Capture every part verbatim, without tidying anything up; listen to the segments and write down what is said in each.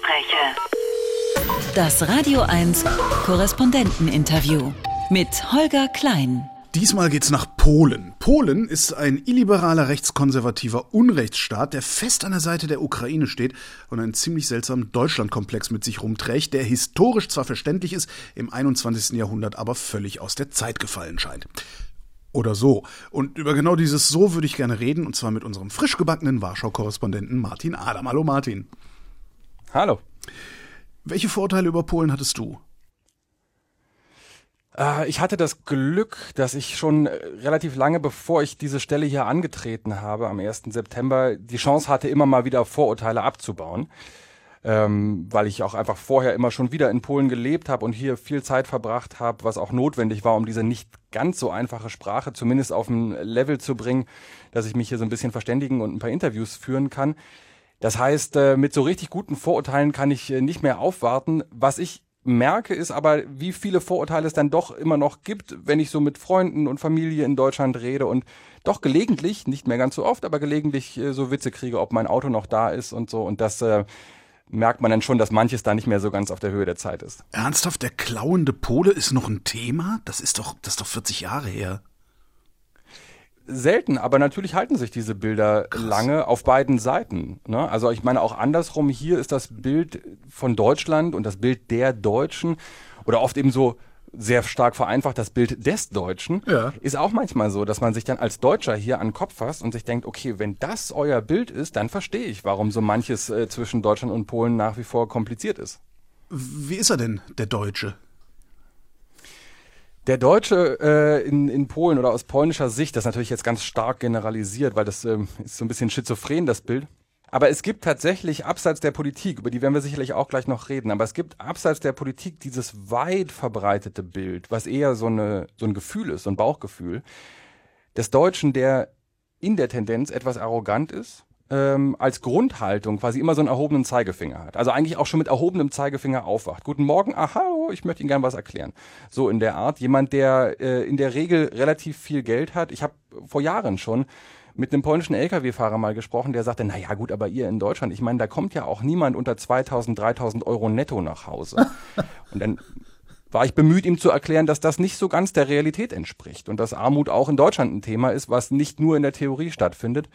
Vorgespräche. Das Radio eins Korrespondenteninterview mit Holger Klein. Diesmal geht's nach Polen. Polen ist ein illiberaler, rechtskonservativer Unrechtsstaat, der fest an der Seite der Ukraine steht und einen ziemlich seltsamen Deutschlandkomplex mit sich rumträgt, der historisch zwar verständlich ist, im einundzwanzigsten Jahrhundert aber völlig aus der Zeit gefallen scheint. Oder so. Und über genau dieses So würde ich gerne reden, und zwar mit unserem frisch gebackenen Warschau-Korrespondenten Martin Adam. Hallo Martin. Hallo. Welche Vorurteile über Polen hattest du? Ich hatte das Glück, dass ich schon relativ lange, bevor ich diese Stelle hier angetreten habe, am ersten September, die Chance hatte, immer mal wieder Vorurteile abzubauen, ähm, weil ich auch einfach vorher immer schon wieder in Polen gelebt habe und hier viel Zeit verbracht habe, was auch notwendig war, um diese nicht ganz so einfache Sprache zumindest auf ein Level zu bringen, dass ich mich hier so ein bisschen verständigen und ein paar Interviews führen kann. Das heißt, mit so richtig guten Vorurteilen kann ich nicht mehr aufwarten. Was ich merke, ist aber, wie viele Vorurteile es dann doch immer noch gibt, wenn ich so mit Freunden und Familie in Deutschland rede und doch gelegentlich, nicht mehr ganz so oft, aber gelegentlich äh, so Witze kriege, ob mein Auto noch da ist und so. Und das äh, merkt man dann schon, dass manches da nicht mehr so ganz auf der Höhe der Zeit ist. Ernsthaft, der klauende Pole ist noch ein Thema? Das ist doch, das ist doch vierzig Jahre her. Selten, aber natürlich halten sich diese Bilder Krass. lange auf beiden Seiten. Ne? Also ich meine auch andersrum, hier ist das Bild von Deutschland und das Bild der Deutschen oder oft eben so sehr stark vereinfacht das Bild des Deutschen, ja. Ist auch manchmal so, dass man sich dann als Deutscher hier an den Kopf fasst und sich denkt, okay, wenn das euer Bild ist, dann verstehe ich, warum so manches äh, zwischen Deutschland und Polen nach wie vor kompliziert ist. Wie ist er denn, der Deutsche? Der Deutsche äh, in, in Polen oder aus polnischer Sicht, das ist natürlich jetzt ganz stark generalisiert, weil das ähm, ist so ein bisschen schizophren, das Bild. Aber es gibt tatsächlich abseits der Politik, über die werden wir sicherlich auch gleich noch reden, aber es gibt abseits der Politik dieses weit verbreitete Bild, was eher so, eine, so ein Gefühl ist, so ein Bauchgefühl, des Deutschen, der in der Tendenz etwas arrogant ist, ähm, als Grundhaltung quasi immer so einen erhobenen Zeigefinger hat. Also eigentlich auch schon mit erhobenem Zeigefinger aufwacht. Guten Morgen, aha, ich möchte Ihnen gerne was erklären. So in der Art. Jemand, der äh, in der Regel relativ viel Geld hat. Ich habe vor Jahren schon mit einem polnischen L K W-Fahrer mal gesprochen, der sagte, na ja gut, aber ihr in Deutschland, ich meine, da kommt ja auch niemand unter zweitausend, dreitausend Euro netto nach Hause. Und dann war ich bemüht, ihm zu erklären, dass das nicht so ganz der Realität entspricht und dass Armut auch in Deutschland ein Thema ist, was nicht nur in der Theorie stattfindet.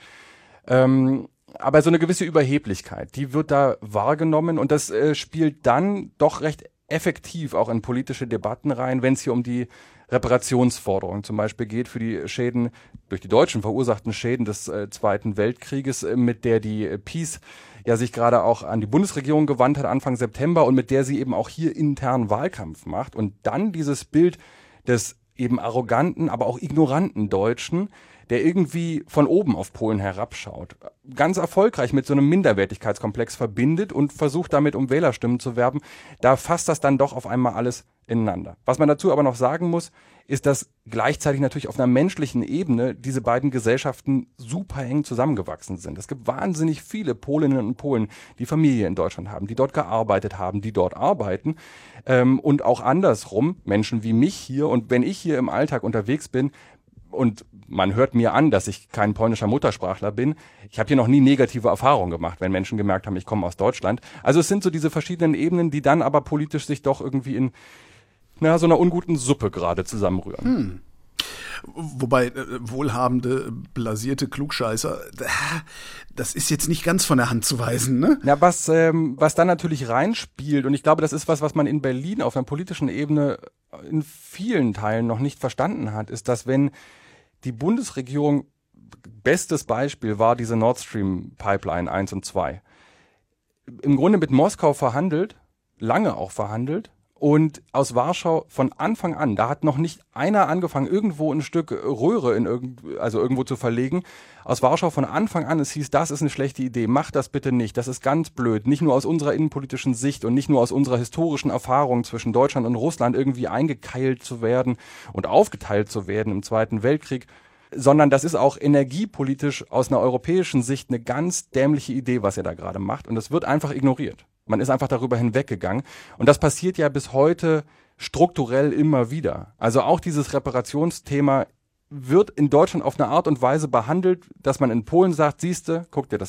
Ähm, aber so eine gewisse Überheblichkeit, die wird da wahrgenommen und das äh, spielt dann doch recht effektiv auch in politische Debatten rein, wenn es hier um die Reparationsforderung zum Beispiel geht für die Schäden, durch die Deutschen verursachten Schäden des äh, Zweiten Weltkrieges, äh, mit der die äh, Peace ja sich gerade auch an die Bundesregierung gewandt hat Anfang September und mit der sie eben auch hier internen Wahlkampf macht und dann dieses Bild des eben arroganten, aber auch ignoranten Deutschen, der irgendwie von oben auf Polen herabschaut, ganz erfolgreich mit so einem Minderwertigkeitskomplex verbindet und versucht damit um Wählerstimmen zu werben, da fasst das dann doch auf einmal alles ineinander. Was man dazu aber noch sagen muss, ist, dass gleichzeitig natürlich auf einer menschlichen Ebene diese beiden Gesellschaften super eng zusammengewachsen sind. Es gibt wahnsinnig viele Polinnen und Polen, die Familie in Deutschland haben, die dort gearbeitet haben, die dort arbeiten ähm, und auch andersrum Menschen wie mich hier. Und wenn ich hier im Alltag unterwegs bin, und man hört mir an, dass ich kein polnischer Muttersprachler bin. Ich habe hier noch nie negative Erfahrungen gemacht, wenn Menschen gemerkt haben, ich komme aus Deutschland. Also es sind so diese verschiedenen Ebenen, die dann aber politisch sich doch irgendwie in na, so einer unguten Suppe gerade zusammenrühren. Hm. Wobei äh, wohlhabende, blasierte Klugscheißer, das ist jetzt nicht ganz von der Hand zu weisen, ne? Ja, was, ähm, was dann natürlich reinspielt, und ich glaube, das ist was, was man in Berlin auf einer politischen Ebene in vielen Teilen noch nicht verstanden hat, ist, dass wenn die Bundesregierung, bestes Beispiel war diese Nord Stream Pipeline eins und zwei, im Grunde mit Moskau verhandelt, lange auch verhandelt, und aus Warschau von Anfang an, da hat noch nicht einer angefangen, irgendwo ein Stück Röhre in irgend, also irgendwo zu verlegen. Aus Warschau von Anfang an, es hieß, das ist eine schlechte Idee, macht das bitte nicht, das ist ganz blöd. Nicht nur aus unserer innenpolitischen Sicht und nicht nur aus unserer historischen Erfahrung zwischen Deutschland und Russland irgendwie eingekeilt zu werden und aufgeteilt zu werden im Zweiten Weltkrieg, sondern das ist auch energiepolitisch aus einer europäischen Sicht eine ganz dämliche Idee, was er da gerade macht. Und das wird einfach ignoriert. Man ist einfach darüber hinweggegangen. Und das passiert ja bis heute strukturell immer wieder. Also auch dieses Reparationsthema wird in Deutschland auf eine Art und Weise behandelt, dass man in Polen sagt, siehste, guck dir das an.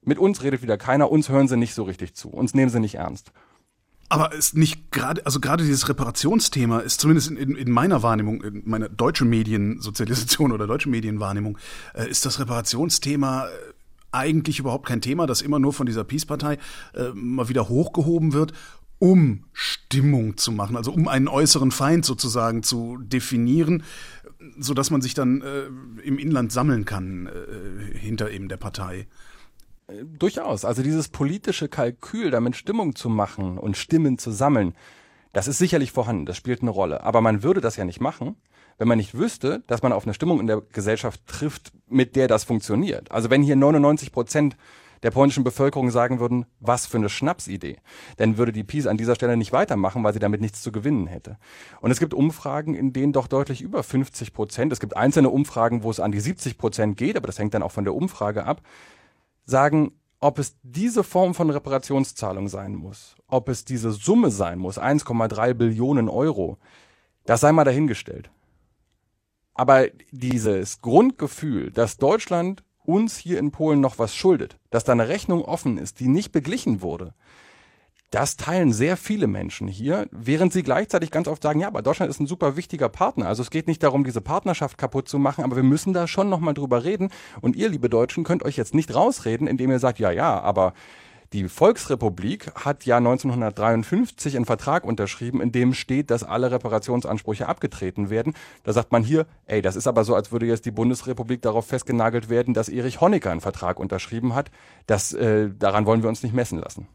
Mit uns redet wieder keiner, uns hören sie nicht so richtig zu, uns nehmen sie nicht ernst. Aber ist nicht gerade, also gerade dieses Reparationsthema ist zumindest in, in, in meiner Wahrnehmung, in meiner deutschen Mediensozialisation oder deutschen Medienwahrnehmung, äh, ist das Reparationsthema eigentlich überhaupt kein Thema, das immer nur von dieser Peace-Partei äh, mal wieder hochgehoben wird, um Stimmung zu machen, also um einen äußeren Feind sozusagen zu definieren, sodass man sich dann äh, im Inland sammeln kann äh, hinter eben der Partei. Durchaus. Also dieses politische Kalkül, damit Stimmung zu machen und Stimmen zu sammeln, das ist sicherlich vorhanden, das spielt eine Rolle. Aber man würde das ja nicht machen, wenn man nicht wüsste, dass man auf eine Stimmung in der Gesellschaft trifft, mit der das funktioniert. Also wenn hier neunundneunzig Prozent der polnischen Bevölkerung sagen würden, was für eine Schnapsidee, dann würde die Peace an dieser Stelle nicht weitermachen, weil sie damit nichts zu gewinnen hätte. Und es gibt Umfragen, in denen doch deutlich über fünfzig Prozent, es gibt einzelne Umfragen, wo es an die siebzig Prozent geht, aber das hängt dann auch von der Umfrage ab, sagen, ob es diese Form von Reparationszahlung sein muss, ob es diese Summe sein muss, eins Komma drei Billionen Euro, das sei mal dahingestellt. Aber dieses Grundgefühl, dass Deutschland uns hier in Polen noch was schuldet, dass da eine Rechnung offen ist, die nicht beglichen wurde, das teilen sehr viele Menschen hier, während sie gleichzeitig ganz oft sagen, ja, aber Deutschland ist ein super wichtiger Partner. Also es geht nicht darum, diese Partnerschaft kaputt zu machen, aber wir müssen da schon nochmal drüber reden. Und ihr, liebe Deutschen, könnt euch jetzt nicht rausreden, indem ihr sagt, ja, ja, aber die Volksrepublik hat ja neunzehnhundertdreiundfünfzig einen Vertrag unterschrieben, in dem steht, dass alle Reparationsansprüche abgetreten werden. Da sagt man hier, ey, das ist aber so, als würde jetzt die Bundesrepublik darauf festgenagelt werden, dass Erich Honecker einen Vertrag unterschrieben hat. Das, äh, daran wollen wir uns nicht messen lassen.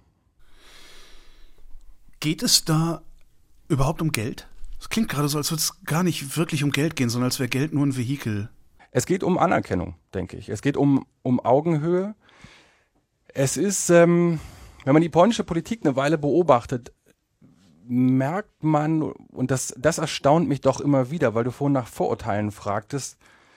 Geht es da überhaupt um Geld? Es klingt gerade so, als würde es gar nicht wirklich um Geld gehen, sondern als wäre Geld nur ein Vehikel. Es geht um Anerkennung, denke ich. Es geht um, um Augenhöhe. Es ist, ähm, wenn man die polnische Politik eine Weile beobachtet, merkt man, und das, das erstaunt mich doch immer wieder, weil du vorhin nach Vorurteilen fragtest,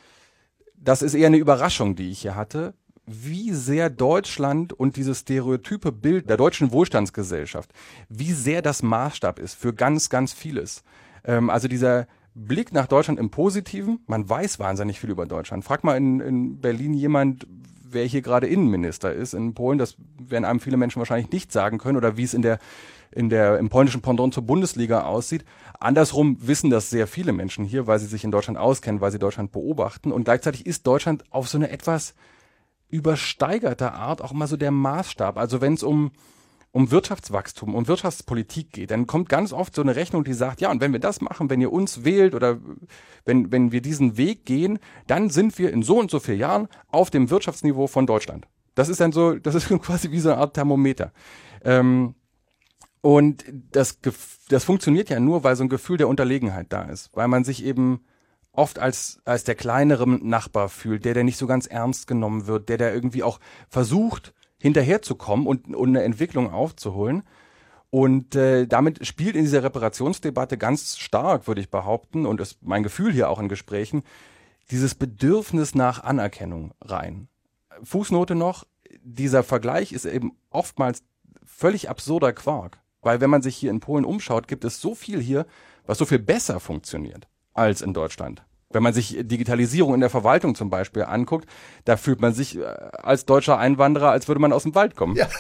das ist eher eine Überraschung, die ich hier hatte, wie sehr Deutschland und dieses stereotype Bild der deutschen Wohlstandsgesellschaft, wie sehr das Maßstab ist für ganz, ganz vieles. Ähm, also dieser Blick nach Deutschland im Positiven, man weiß wahnsinnig viel über Deutschland. Frag mal in, in Berlin jemand, wer hier gerade Innenminister ist in Polen, das werden einem viele Menschen wahrscheinlich nicht sagen können, oder wie es in der, in der, im polnischen Pendant zur Bundesliga aussieht. Andersrum wissen das sehr viele Menschen hier, weil sie sich in Deutschland auskennen, weil sie Deutschland beobachten, und gleichzeitig ist Deutschland auf so eine etwas übersteigerter Art auch immer so der Maßstab. Also wenn es um, um Wirtschaftswachstum, um Wirtschaftspolitik geht, dann kommt ganz oft so eine Rechnung, die sagt, ja, und wenn wir das machen, wenn ihr uns wählt oder wenn, wenn wir diesen Weg gehen, dann sind wir in so und so vielen Jahren auf dem Wirtschaftsniveau von Deutschland. Das ist dann so, das ist quasi wie so eine Art Thermometer. Ähm, und das, das funktioniert ja nur, weil so ein Gefühl der Unterlegenheit da ist, weil man sich eben oft als als der kleinere Nachbar fühlt, der der nicht so ganz ernst genommen wird, der der irgendwie auch versucht, hinterherzukommen und, und eine Entwicklung aufzuholen. Und äh, damit spielt in dieser Reparationsdebatte ganz stark, würde ich behaupten, und ist mein Gefühl hier auch in Gesprächen, dieses Bedürfnis nach Anerkennung rein. Fußnote noch, dieser Vergleich ist eben oftmals völlig absurder Quark. Weil wenn man sich hier in Polen umschaut, gibt es so viel hier, was so viel besser funktioniert als in Deutschland. Wenn man sich Digitalisierung in der Verwaltung zum Beispiel anguckt, da fühlt man sich als deutscher Einwanderer, als würde man aus dem Wald kommen. Ja.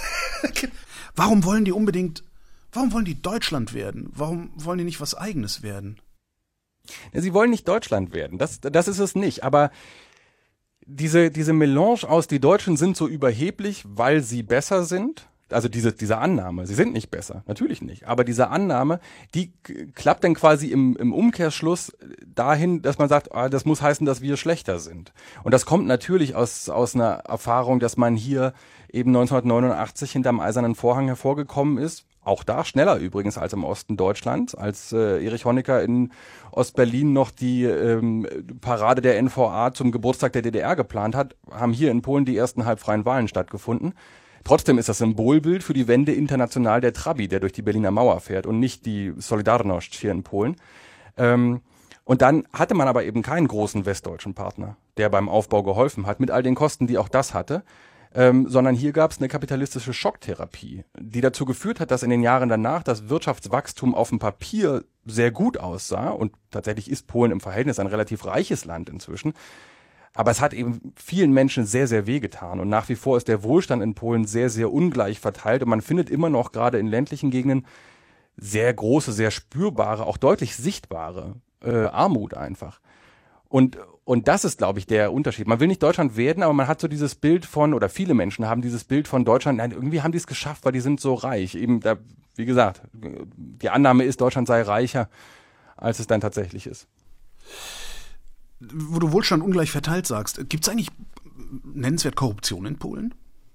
Warum wollen die unbedingt, warum wollen die Deutschland werden? Warum wollen die nicht was Eigenes werden? Ja, sie wollen nicht Deutschland werden, das, das ist es nicht. Aber diese, diese Melange aus, die Deutschen sind so überheblich, weil sie besser sind, also diese, diese Annahme, sie sind nicht besser, natürlich nicht, aber diese Annahme, die k- klappt dann quasi im, im Umkehrschluss dahin, dass man sagt, ah, das muss heißen, dass wir schlechter sind. Und das kommt natürlich aus, aus einer Erfahrung, dass man hier eben neunzehnhundertneunundachtzig hinterm Eisernen Vorhang hervorgekommen ist, auch da schneller übrigens als im Osten Deutschlands, als äh, Erich Honecker in Ostberlin noch die ähm, Parade der N V A zum Geburtstag der D D R geplant hat, haben hier in Polen die ersten halbfreien Wahlen stattgefunden. Trotzdem ist das Symbolbild für die Wende international der Trabi, der durch die Berliner Mauer fährt, und nicht die Solidarność hier in Polen. Ähm, und dann hatte man aber eben keinen großen westdeutschen Partner, der beim Aufbau geholfen hat, mit all den Kosten, die auch das hatte, ähm, sondern hier gab es eine kapitalistische Schocktherapie, die dazu geführt hat, dass in den Jahren danach das Wirtschaftswachstum auf dem Papier sehr gut aussah, und tatsächlich ist Polen im Verhältnis ein relativ reiches Land inzwischen, Aber es hat eben vielen Menschen sehr, sehr wehgetan. Und nach wie vor ist der Wohlstand in Polen sehr, sehr ungleich verteilt. Und man findet immer noch gerade in ländlichen Gegenden sehr große, sehr spürbare, auch deutlich sichtbare äh, Armut einfach. Und, und das ist, glaube ich, der Unterschied. Man will nicht Deutschland werden, aber man hat so dieses Bild von, oder viele Menschen haben dieses Bild von Deutschland, nein, irgendwie haben die es geschafft, weil die sind so reich. Eben, da, wie gesagt, die Annahme ist, Deutschland sei reicher, als es dann tatsächlich ist. Wo du Wohlstand ungleich verteilt sagst, gibt es eigentlich nennenswert Korruption in Polen?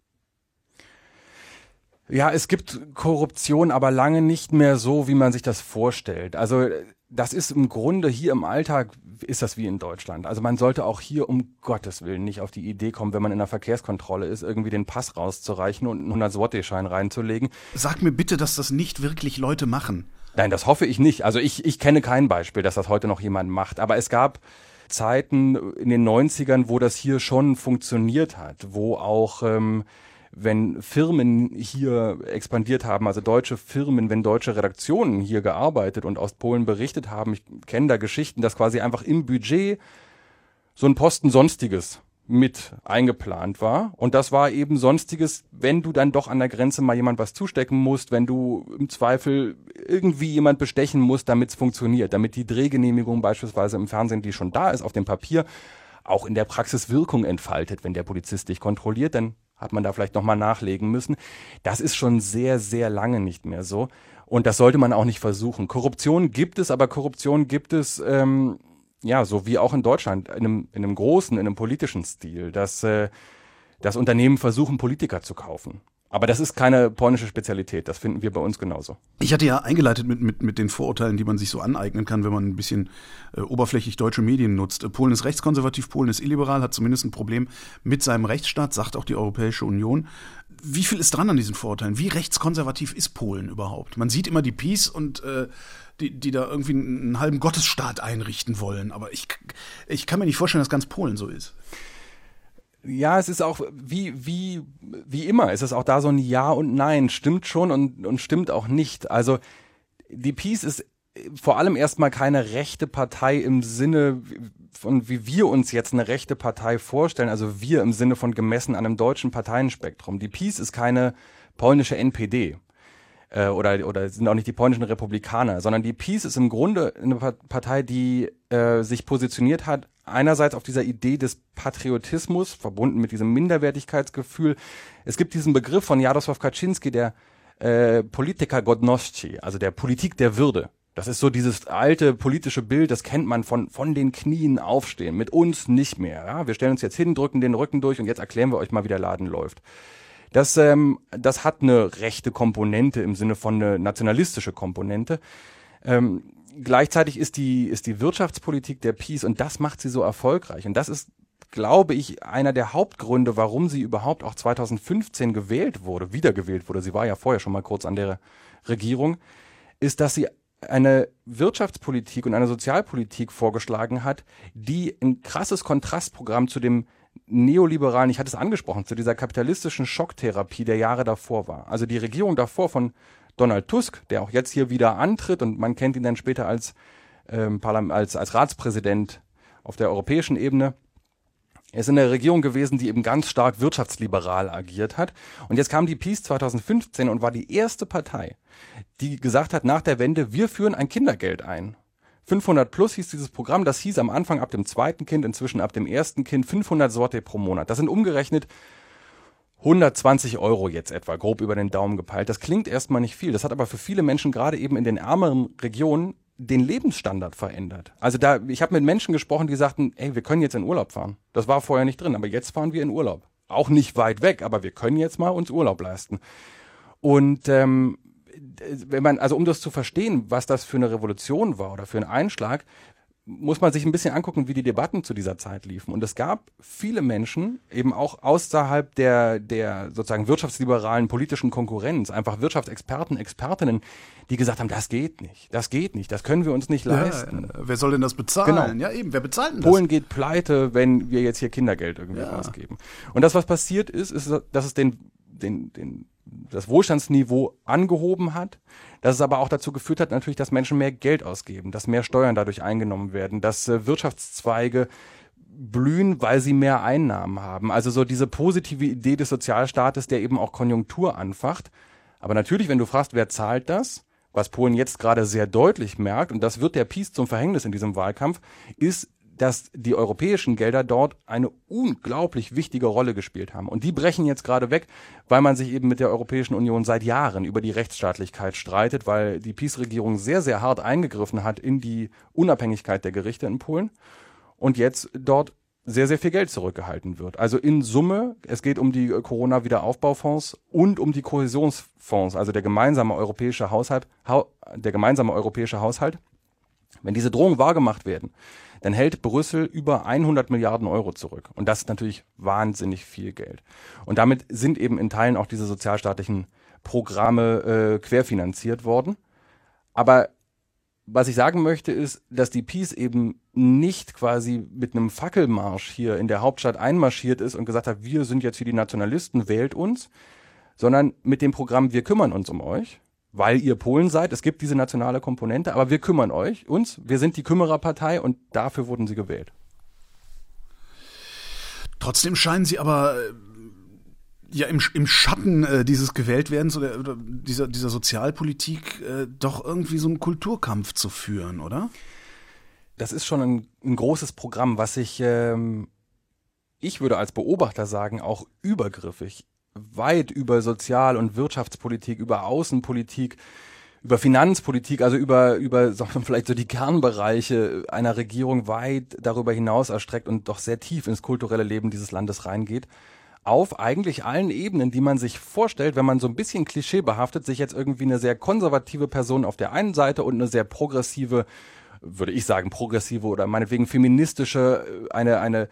Ja, es gibt Korruption, aber lange nicht mehr so, wie man sich das vorstellt. Also das ist im Grunde hier im Alltag, ist das wie in Deutschland. Also man sollte auch hier um Gottes Willen nicht auf die Idee kommen, wenn man in der Verkehrskontrolle ist, irgendwie den Pass rauszureichen und einen hundert-Zloty-Schein reinzulegen. Sag mir bitte, dass das nicht wirklich Leute machen. Nein, das hoffe ich nicht. Also ich, ich kenne kein Beispiel, dass das heute noch jemand macht. Aber es gab Zeiten in den neunzigern, wo das hier schon funktioniert hat, wo auch, ähm, wenn Firmen hier expandiert haben, also deutsche Firmen, wenn deutsche Redaktionen hier gearbeitet und aus Polen berichtet haben, ich kenne da Geschichten, dass quasi einfach im Budget so ein Posten Sonstiges mit eingeplant war. Und das war eben Sonstiges, wenn du dann doch an der Grenze mal jemand was zustecken musst, wenn du im Zweifel irgendwie jemand bestechen musst, damit es funktioniert, damit die Drehgenehmigung beispielsweise im Fernsehen, die schon da ist, auf dem Papier, auch in der Praxis Wirkung entfaltet. Wenn der Polizist dich kontrolliert, dann hat man da vielleicht nochmal nachlegen müssen. Das ist schon sehr, sehr lange nicht mehr so. Und das sollte man auch nicht versuchen. Korruption gibt es, aber Korruption gibt es, ähm, ja, so wie auch in Deutschland, in einem, in einem großen, in einem politischen Stil, dass, äh, dass Unternehmen versuchen, Politiker zu kaufen. Aber das ist keine polnische Spezialität, das finden wir bei uns genauso. Ich hatte ja eingeleitet mit, mit, mit den Vorurteilen, die man sich so aneignen kann, wenn man ein bisschen äh, oberflächlich deutsche Medien nutzt. Polen ist rechtskonservativ, Polen ist illiberal, hat zumindest ein Problem mit seinem Rechtsstaat, sagt auch die Europäische Union. Wie viel ist dran an diesen Vorurteilen? Wie rechtskonservativ ist Polen überhaupt? Man sieht immer die Peace und äh, die, die da irgendwie einen halben Gottesstaat einrichten wollen. Aber ich, ich kann mir nicht vorstellen, dass ganz Polen so ist. Ja, es ist auch, wie, wie, wie immer, es ist auch da so ein Ja und Nein. Stimmt schon und, und stimmt auch nicht. Also, die Peace ist vor allem erstmal keine rechte Partei im Sinne von, wie wir uns jetzt eine rechte Partei vorstellen. Also wir im Sinne von gemessen an einem deutschen Parteienspektrum. Die Peace ist keine polnische N P D. Oder, oder sind auch nicht die polnischen Republikaner, sondern die Peace ist im Grunde eine Partei, die äh, sich positioniert hat, einerseits auf dieser Idee des Patriotismus, verbunden mit diesem Minderwertigkeitsgefühl. Es gibt diesen Begriff von Jarosław Kaczyński, der äh, Polityka Godności, also der Politik der Würde. Das ist so dieses alte politische Bild, das kennt man von von den Knien aufstehen, mit uns nicht mehr. Ja? Wir stellen uns jetzt hin, drücken den Rücken durch und jetzt erklären wir euch mal, wie der Laden läuft. Das, ähm, das hat eine rechte Komponente im Sinne von eine nationalistische Komponente. Ähm, gleichzeitig ist die, ist die Wirtschaftspolitik der Peace und das macht sie so erfolgreich. Und das ist, glaube ich, einer der Hauptgründe, warum sie überhaupt auch zweitausendfünfzehn gewählt wurde, wiedergewählt wurde. Sie war ja vorher schon mal kurz an der Regierung, ist, dass sie eine Wirtschaftspolitik und eine Sozialpolitik vorgeschlagen hat, die ein krasses Kontrastprogramm zu dem neoliberalen, ich hatte es angesprochen, zu dieser kapitalistischen Schocktherapie der Jahre davor war. Also die Regierung davor von Donald Tusk, der auch jetzt hier wieder antritt und man kennt ihn dann später als, ähm, Parlament, als, als Ratspräsident auf der europäischen Ebene. Er ist in der Regierung gewesen, die eben ganz stark wirtschaftsliberal agiert hat. Und jetzt kam die Peace zweitausendfünfzehn und war die erste Partei, die gesagt hat, nach der Wende, wir führen ein Kindergeld ein. fünfhundert plus hieß dieses Programm, das hieß am Anfang ab dem zweiten Kind, inzwischen ab dem ersten Kind fünfhundert Zloty pro Monat. Das sind umgerechnet hundertzwanzig Euro jetzt etwa, grob über den Daumen gepeilt. Das klingt erstmal nicht viel, das hat aber für viele Menschen gerade eben in den ärmeren Regionen den Lebensstandard verändert. Also da, ich habe mit Menschen gesprochen, die sagten, ey, wir können jetzt in Urlaub fahren. Das war vorher nicht drin, aber jetzt fahren wir in Urlaub. Auch nicht weit weg, aber wir können jetzt mal uns Urlaub leisten. Und ähm, wenn man, also um das zu verstehen, was das für eine Revolution war oder für einen Einschlag, muss man sich ein bisschen angucken, wie die Debatten zu dieser Zeit liefen. Und es gab viele Menschen, eben auch außerhalb der, der sozusagen wirtschaftsliberalen politischen Konkurrenz, einfach Wirtschaftsexperten, Expertinnen, die gesagt haben, das geht nicht, das geht nicht, das können wir uns nicht leisten. Ja, wer soll denn das bezahlen? Genau. Ja eben, wer bezahlt denn das? Polen geht pleite, wenn wir jetzt hier Kindergeld irgendwie ja. ausgeben. Und das, was passiert ist, ist, dass es den, den, den das Wohlstandsniveau angehoben hat, dass es aber auch dazu geführt hat, natürlich, dass Menschen mehr Geld ausgeben, dass mehr Steuern dadurch eingenommen werden, dass äh, Wirtschaftszweige blühen, weil sie mehr Einnahmen haben. Also so diese positive Idee des Sozialstaates, der eben auch Konjunktur anfacht. Aber natürlich, wenn du fragst, wer zahlt das, was Polen jetzt gerade sehr deutlich merkt, und das wird der PiS zum Verhängnis in diesem Wahlkampf, ist, dass die europäischen Gelder dort eine unglaublich wichtige Rolle gespielt haben. Und die brechen jetzt gerade weg, weil man sich eben mit der Europäischen Union seit Jahren über die Rechtsstaatlichkeit streitet, weil die PiS-Regierung sehr, sehr hart eingegriffen hat in die Unabhängigkeit der Gerichte in Polen und jetzt dort sehr, sehr viel Geld zurückgehalten wird. Also in Summe, es geht um die Corona-Wiederaufbaufonds und um die Kohäsionsfonds, also der gemeinsame europäische Haushalt, der gemeinsame europäische Haushalt. Wenn diese Drohungen wahrgemacht werden, dann hält Brüssel über hundert Milliarden Euro zurück. Und das ist natürlich wahnsinnig viel Geld. Und damit sind eben in Teilen auch diese sozialstaatlichen Programme äh, querfinanziert worden. Aber was ich sagen möchte, ist, dass die PiS eben nicht quasi mit einem Fackelmarsch hier in der Hauptstadt einmarschiert ist und gesagt hat, wir sind jetzt hier die Nationalisten, wählt uns, sondern mit dem Programm, wir kümmern uns um euch, weil ihr Polen seid, es gibt diese nationale Komponente, aber wir kümmern euch, uns, wir sind die Kümmererpartei und dafür wurden sie gewählt. Trotzdem scheinen sie aber ja im, im Schatten äh, dieses Gewähltwerdens oder, oder dieser, dieser Sozialpolitik äh, doch irgendwie so einen Kulturkampf zu führen, oder? Das ist schon ein, ein großes Programm, was ich, ähm, ich würde als Beobachter sagen, auch übergriffig, weit über Sozial- und Wirtschaftspolitik, über Außenpolitik, über Finanzpolitik, also über, über sagen wir vielleicht so die Kernbereiche einer Regierung weit darüber hinaus erstreckt und doch sehr tief ins kulturelle Leben dieses Landes reingeht. Auf eigentlich allen Ebenen, die man sich vorstellt, wenn man so ein bisschen klischeebehaftet sich jetzt irgendwie eine sehr konservative Person auf der einen Seite und eine sehr progressive, würde ich sagen, progressive oder meinetwegen feministische, eine, eine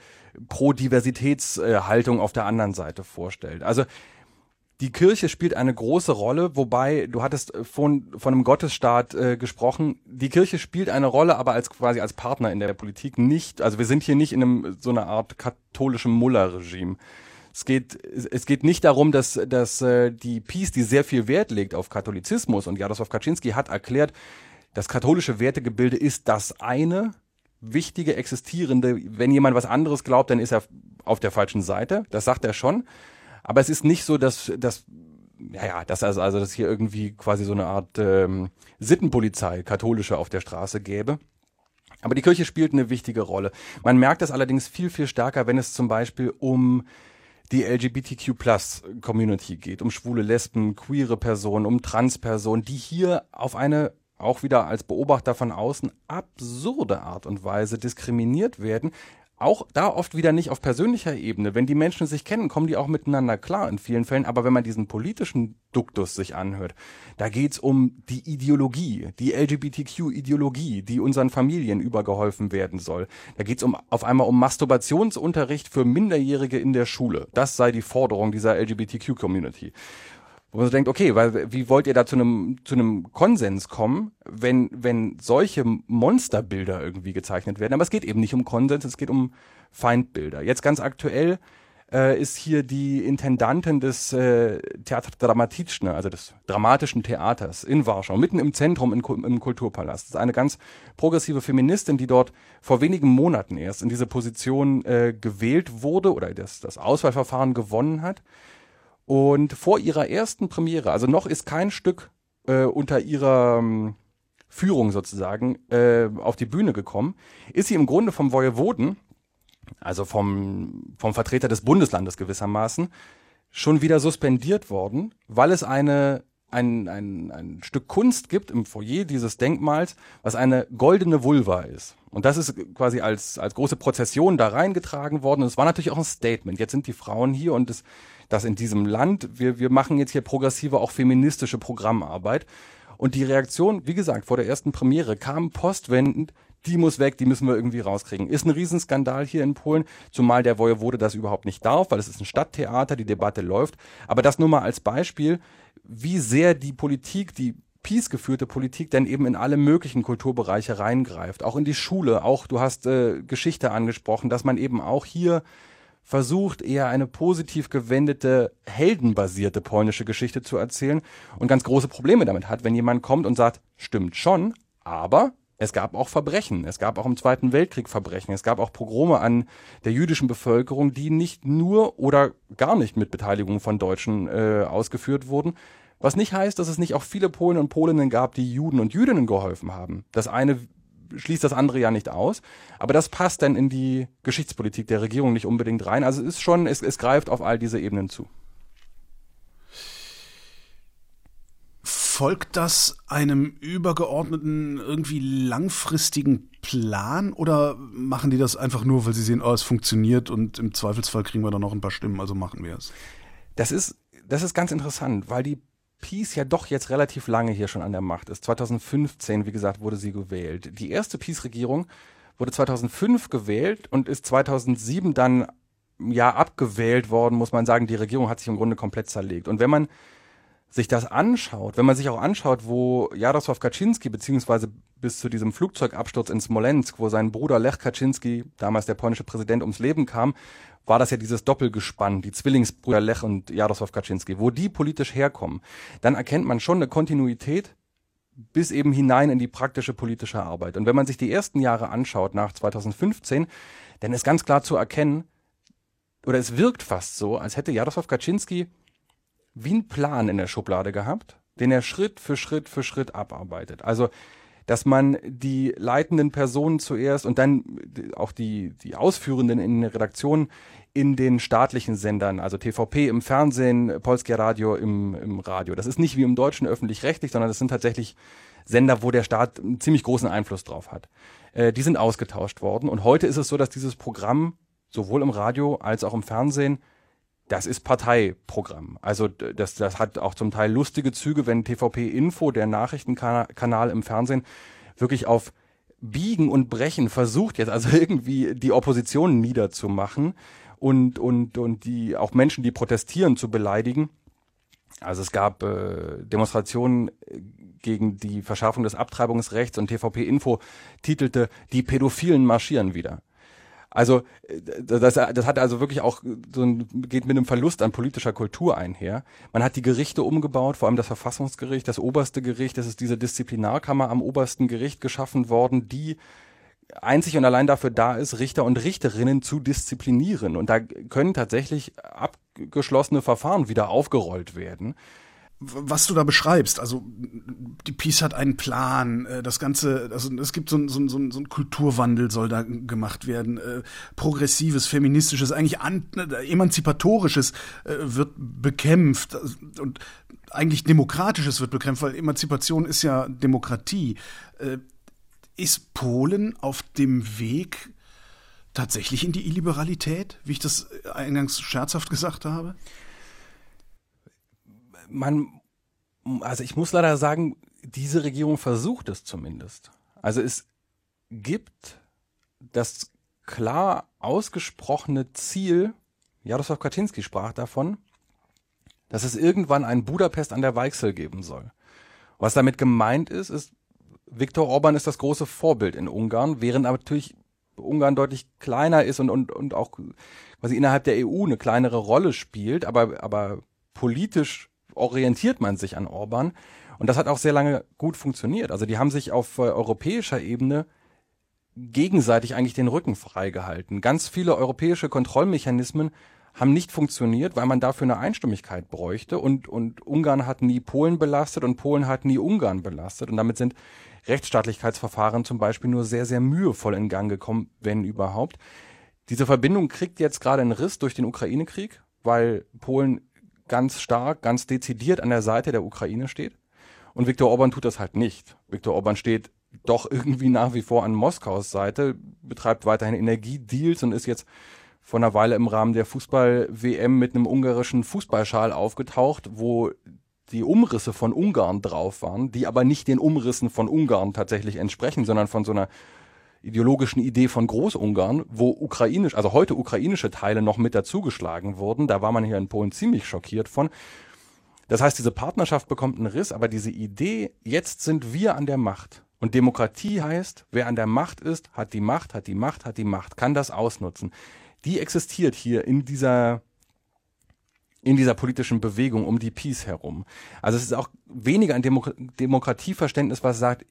Pro-Diversitätshaltung auf der anderen Seite vorstellt. Also die Kirche spielt eine große Rolle, wobei, du hattest von, von einem Gottesstaat äh, gesprochen, die Kirche spielt eine Rolle, aber als quasi als Partner in der Politik nicht, also wir sind hier nicht in einem so einer Art katholischem Mullah-Regime. Es geht, es geht nicht darum, dass, dass äh, die PiS, die sehr viel Wert legt auf Katholizismus, und Jarosław Kaczynski hat erklärt, das katholische Wertegebilde ist das eine wichtige, existierende. Wenn jemand was anderes glaubt, dann ist er auf der falschen Seite. Das sagt er schon. Aber es ist nicht so, dass, dass ja, ja, dass also, also dass hier irgendwie quasi so eine Art ähm, Sittenpolizei, katholische, auf der Straße gäbe. Aber die Kirche spielt eine wichtige Rolle. Man merkt das allerdings viel, viel stärker, wenn es zum Beispiel um die L G B T Q Plus Community geht, um schwule, Lesben, queere Personen, um Transpersonen, die hier auf eine, auch wieder als Beobachter von außen, absurde Art und Weise diskriminiert werden. Auch da oft wieder nicht auf persönlicher Ebene. Wenn die Menschen sich kennen, kommen die auch miteinander klar in vielen Fällen. Aber wenn man diesen politischen Duktus sich anhört, da geht's um die Ideologie, die L G B T Q-Ideologie, die unseren Familien übergeholfen werden soll. Da geht's um, auf einmal um Masturbationsunterricht für Minderjährige in der Schule. Das sei die Forderung dieser L G B T Q-Community. Wo man so denkt, okay, weil wie wollt ihr da zu einem zu einem Konsens kommen, wenn wenn solche Monsterbilder irgendwie gezeichnet werden? Aber es geht eben nicht um Konsens, es geht um Feindbilder. Jetzt ganz aktuell äh, ist hier die Intendantin des äh, Teatr Dramatyczne, also des dramatischen Theaters in Warschau, mitten im Zentrum in, im Kulturpalast. Das ist eine ganz progressive Feministin, die dort vor wenigen Monaten erst in diese Position äh, gewählt wurde oder das, das Auswahlverfahren gewonnen hat. Und vor ihrer ersten Premiere, also noch ist kein Stück äh, unter ihrer ähm, Führung sozusagen äh, auf die Bühne gekommen, ist sie im Grunde vom Wojewoden, also vom, vom Vertreter des Bundeslandes gewissermaßen, schon wieder suspendiert worden, weil es eine ein, ein, ein Stück Kunst gibt im Foyer dieses Denkmals, was eine goldene Vulva ist. Und das ist quasi als, als große Prozession da reingetragen worden. Und es war natürlich auch ein Statement. Jetzt sind die Frauen hier und das, das in diesem Land. Wir, wir machen jetzt hier progressive, auch feministische Programmarbeit. Und die Reaktion, wie gesagt, vor der ersten Premiere kam postwendend, die muss weg, die müssen wir irgendwie rauskriegen. Ist ein Riesenskandal hier in Polen, zumal der Wojewode das überhaupt nicht darf, weil es ist ein Stadttheater, die Debatte läuft. Aber das nur mal als Beispiel, wie sehr die Politik, die PiS geführte Politik, dann eben in alle möglichen Kulturbereiche reingreift. Auch in die Schule, auch du hast äh, Geschichte angesprochen, dass man eben auch hier versucht, eher eine positiv gewendete, heldenbasierte polnische Geschichte zu erzählen und ganz große Probleme damit hat, wenn jemand kommt und sagt, stimmt schon, aber es gab auch Verbrechen. Es gab auch im Zweiten Weltkrieg Verbrechen. Es gab auch Pogrome an der jüdischen Bevölkerung, die nicht nur oder gar nicht mit Beteiligung von Deutschen äh, ausgeführt wurden. Was nicht heißt, dass es nicht auch viele Polen und Polinnen gab, die Juden und Jüdinnen geholfen haben. Das eine schließt das andere ja nicht aus. Aber das passt dann in die Geschichtspolitik der Regierung nicht unbedingt rein. Also es ist schon, es, es greift auf all diese Ebenen zu. Folgt das einem übergeordneten, irgendwie langfristigen Plan oder machen die das einfach nur, weil sie sehen, oh, es funktioniert und im Zweifelsfall kriegen wir da noch ein paar Stimmen, also machen wir es? Das ist, das ist ganz interessant, weil die PiS ja doch jetzt relativ lange hier schon an der Macht ist. zweitausendfünfzehn, wie gesagt, wurde sie gewählt. Die erste PiS-Regierung wurde zweitausendfünf gewählt und ist zweitausendsieben dann ja abgewählt worden, muss man sagen. Die Regierung hat sich im Grunde komplett zerlegt. Und wenn man sich das anschaut, wenn man sich auch anschaut, wo Jarosław Kaczynski beziehungsweise bis zu diesem Flugzeugabsturz in Smolensk, wo sein Bruder Lech Kaczynski, damals der polnische Präsident, ums Leben kam, war das ja dieses Doppelgespann, die Zwillingsbrüder Lech und Jarosław Kaczynski, wo die politisch herkommen, dann erkennt man schon eine Kontinuität bis eben hinein in die praktische politische Arbeit. Und wenn man sich die ersten Jahre anschaut, nach zweitausendfünfzehn, dann ist ganz klar zu erkennen, oder es wirkt fast so, als hätte Jarosław Kaczynski wie einen Plan in der Schublade gehabt, den er Schritt für Schritt für Schritt abarbeitet. Also, dass man die leitenden Personen zuerst und dann auch die, die Ausführenden in der Redaktion in den staatlichen Sendern, also T V P im Fernsehen, Polskie Radio im, im Radio. Das ist nicht wie im Deutschen öffentlich-rechtlich, sondern das sind tatsächlich Sender, wo der Staat einen ziemlich großen Einfluss drauf hat. Äh, die sind ausgetauscht worden und heute ist es so, dass dieses Programm sowohl im Radio als auch im Fernsehen, das ist Parteiprogramm. Also das, das hat auch zum Teil lustige Züge, wenn T V P Info, der Nachrichtenkanal im Fernsehen, wirklich auf Biegen und Brechen versucht jetzt also irgendwie die Opposition niederzumachen und und und die auch Menschen, die protestieren, zu beleidigen. Also es gab äh, Demonstrationen gegen die Verschärfung des Abtreibungsrechts und T V P Info titelte "Die Pädophilen marschieren wieder". Also das, das hat also wirklich auch so ein, geht mit einem Verlust an politischer Kultur einher. Man hat die Gerichte umgebaut, vor allem das Verfassungsgericht, das oberste Gericht. Es ist diese Disziplinarkammer am obersten Gericht geschaffen worden, die einzig und allein dafür da ist, Richter und Richterinnen zu disziplinieren. Und da können tatsächlich abgeschlossene Verfahren wieder aufgerollt werden. Was du da beschreibst, also die PiS hat einen Plan, das Ganze, also es gibt so ein, so ein, so ein Kulturwandel soll da gemacht werden, äh, progressives, feministisches, eigentlich an, äh, emanzipatorisches äh, wird bekämpft und eigentlich demokratisches wird bekämpft, weil Emanzipation ist ja Demokratie. Äh, ist Polen auf dem Weg tatsächlich in die Illiberalität, wie ich das eingangs scherzhaft gesagt habe? Man, also ich muss leider sagen, diese Regierung versucht es zumindest. Also es gibt das klar ausgesprochene Ziel, Jarosław Kaczynski sprach davon, dass es irgendwann ein Budapest an der Weichsel geben soll. Was damit gemeint ist, ist, Viktor Orban ist das große Vorbild in Ungarn, während aber natürlich Ungarn deutlich kleiner ist und, und, und auch quasi innerhalb der E U eine kleinere Rolle spielt, aber, aber politisch orientiert man sich an Orban und das hat auch sehr lange gut funktioniert. Also die haben sich auf äh, europäischer Ebene gegenseitig eigentlich den Rücken freigehalten. Ganz viele europäische Kontrollmechanismen haben nicht funktioniert, weil man dafür eine Einstimmigkeit bräuchte und, und Ungarn hat nie Polen belastet und Polen hat nie Ungarn belastet und damit sind Rechtsstaatlichkeitsverfahren zum Beispiel nur sehr, sehr mühevoll in Gang gekommen, wenn überhaupt. Diese Verbindung kriegt jetzt gerade einen Riss durch den Ukraine-Krieg, weil Polen ganz stark, ganz dezidiert an der Seite der Ukraine steht. Und Viktor Orban tut das halt nicht. Viktor Orban steht doch irgendwie nach wie vor an Moskaus Seite, betreibt weiterhin Energiedeals und ist jetzt vor einer Weile im Rahmen der Fußball-W M mit einem ungarischen Fußballschal aufgetaucht, wo die Umrisse von Ungarn drauf waren, die aber nicht den Umrissen von Ungarn tatsächlich entsprechen, sondern von so einer ideologischen Idee von Großungarn, wo ukrainisch, also heute ukrainische Teile noch mit dazugeschlagen wurden. Da war man hier in Polen ziemlich schockiert von. Das heißt, diese Partnerschaft bekommt einen Riss, aber diese Idee, jetzt sind wir an der Macht. Und Demokratie heißt, wer an der Macht ist, hat die Macht, hat die Macht, hat die Macht, kann das ausnutzen. Die existiert hier in dieser, in dieser politischen Bewegung um die PiS herum. Also es ist auch weniger ein Demo- Demokratieverständnis, was sagt,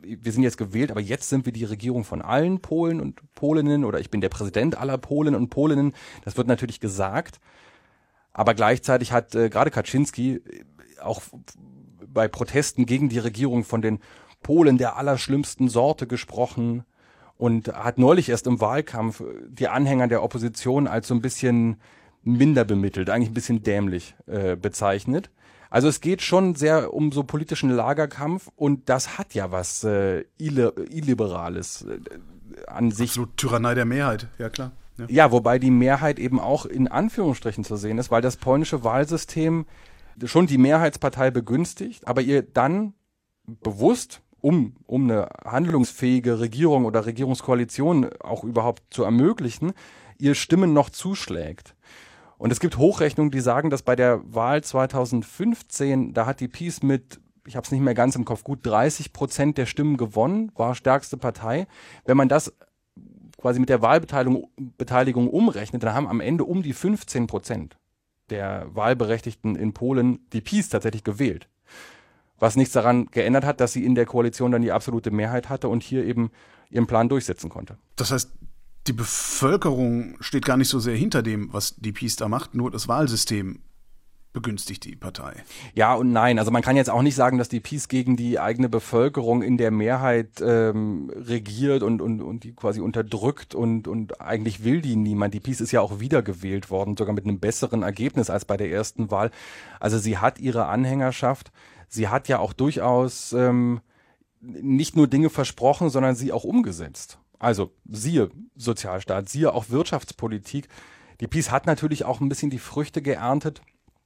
wir sind jetzt gewählt, aber jetzt sind wir die Regierung von allen Polen und Polinnen oder ich bin der Präsident aller Polen und Polinnen. Das wird natürlich gesagt. Aber gleichzeitig hat äh, gerade Kaczynski auch bei Protesten gegen die Regierung von den Polen der allerschlimmsten Sorte gesprochen und hat neulich erst im Wahlkampf die Anhänger der Opposition als so ein bisschen minder bemittelt, eigentlich ein bisschen dämlich äh, bezeichnet. Also es geht schon sehr um so politischen Lagerkampf und das hat ja was äh, Illiberales äh, an sich. Absolut Tyrannei der Mehrheit, ja klar. Ja. ja, wobei die Mehrheit eben auch in Anführungsstrichen zu sehen ist, weil das polnische Wahlsystem schon die Mehrheitspartei begünstigt, aber ihr dann bewusst, um, um eine handlungsfähige Regierung oder Regierungskoalition auch überhaupt zu ermöglichen, ihr Stimmen noch zuschlägt. Und es gibt Hochrechnungen, die sagen, dass bei der Wahl zweitausendfünfzehn, da hat die PiS mit, ich habe es nicht mehr ganz im Kopf, gut dreißig Prozent der Stimmen gewonnen, war stärkste Partei. Wenn man das quasi mit der Wahlbeteiligung Beteiligung umrechnet, dann haben am Ende um die fünfzehn Prozent der Wahlberechtigten in Polen die PiS tatsächlich gewählt. Was nichts daran geändert hat, dass sie in der Koalition dann die absolute Mehrheit hatte und hier eben ihren Plan durchsetzen konnte. Das heißt, die Bevölkerung steht gar nicht so sehr hinter dem, was die PiS da macht, nur das Wahlsystem begünstigt die Partei. Ja und nein, also man kann jetzt auch nicht sagen, dass die PiS gegen die eigene Bevölkerung in der Mehrheit ähm, regiert und, und, und die quasi unterdrückt und, und eigentlich will die niemand. Die PiS ist ja auch wiedergewählt worden, sogar mit einem besseren Ergebnis als bei der ersten Wahl. Also sie hat ihre Anhängerschaft, sie hat ja auch durchaus ähm, nicht nur Dinge versprochen, sondern sie auch umgesetzt. Also siehe Sozialstaat, siehe auch Wirtschaftspolitik. Die PiS hat natürlich auch ein bisschen die Früchte geerntet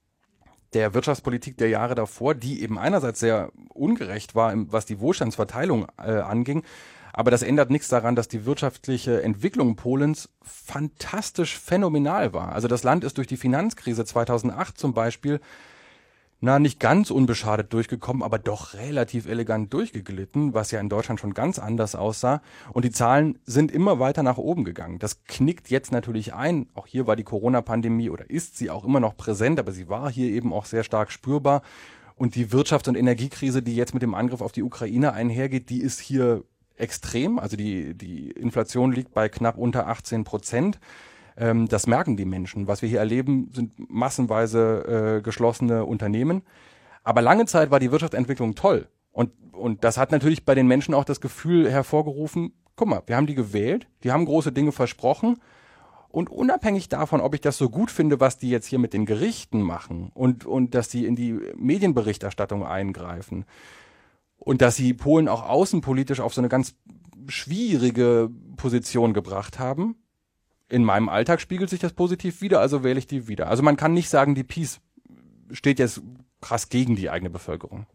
der Wirtschaftspolitik der Jahre davor, die eben einerseits sehr ungerecht war, was die Wohlstandsverteilung äh, anging. Aber das ändert nichts daran, dass die wirtschaftliche Entwicklung Polens fantastisch phänomenal war. Also das Land ist durch die Finanzkrise zweitausendacht zum Beispiel na, nicht ganz unbeschadet durchgekommen, aber doch relativ elegant durchgeglitten, was ja in Deutschland schon ganz anders aussah. Und die Zahlen sind immer weiter nach oben gegangen. Das knickt jetzt natürlich ein. Auch hier war die Corona-Pandemie oder ist sie auch immer noch präsent, aber sie war hier eben auch sehr stark spürbar. Und die Wirtschafts- und Energiekrise, die jetzt mit dem Angriff auf die Ukraine einhergeht, die ist hier extrem. Also die, die Inflation liegt bei knapp unter achtzehn Prozent. Das merken die Menschen. Was wir hier erleben, sind massenweise äh, geschlossene Unternehmen. Aber lange Zeit war die Wirtschaftsentwicklung toll. Und, und das hat natürlich bei den Menschen auch das Gefühl hervorgerufen, guck mal, wir haben die gewählt, die haben große Dinge versprochen. Und unabhängig davon, ob ich das so gut finde, was die jetzt hier mit den Gerichten machen und, und dass die in die Medienberichterstattung eingreifen und dass sie Polen auch außenpolitisch auf so eine ganz schwierige Position gebracht haben, in meinem Alltag spiegelt sich das positiv wider, also wähle ich die wieder. Also man kann nicht sagen, die PiS steht jetzt krass gegen die eigene Bevölkerung.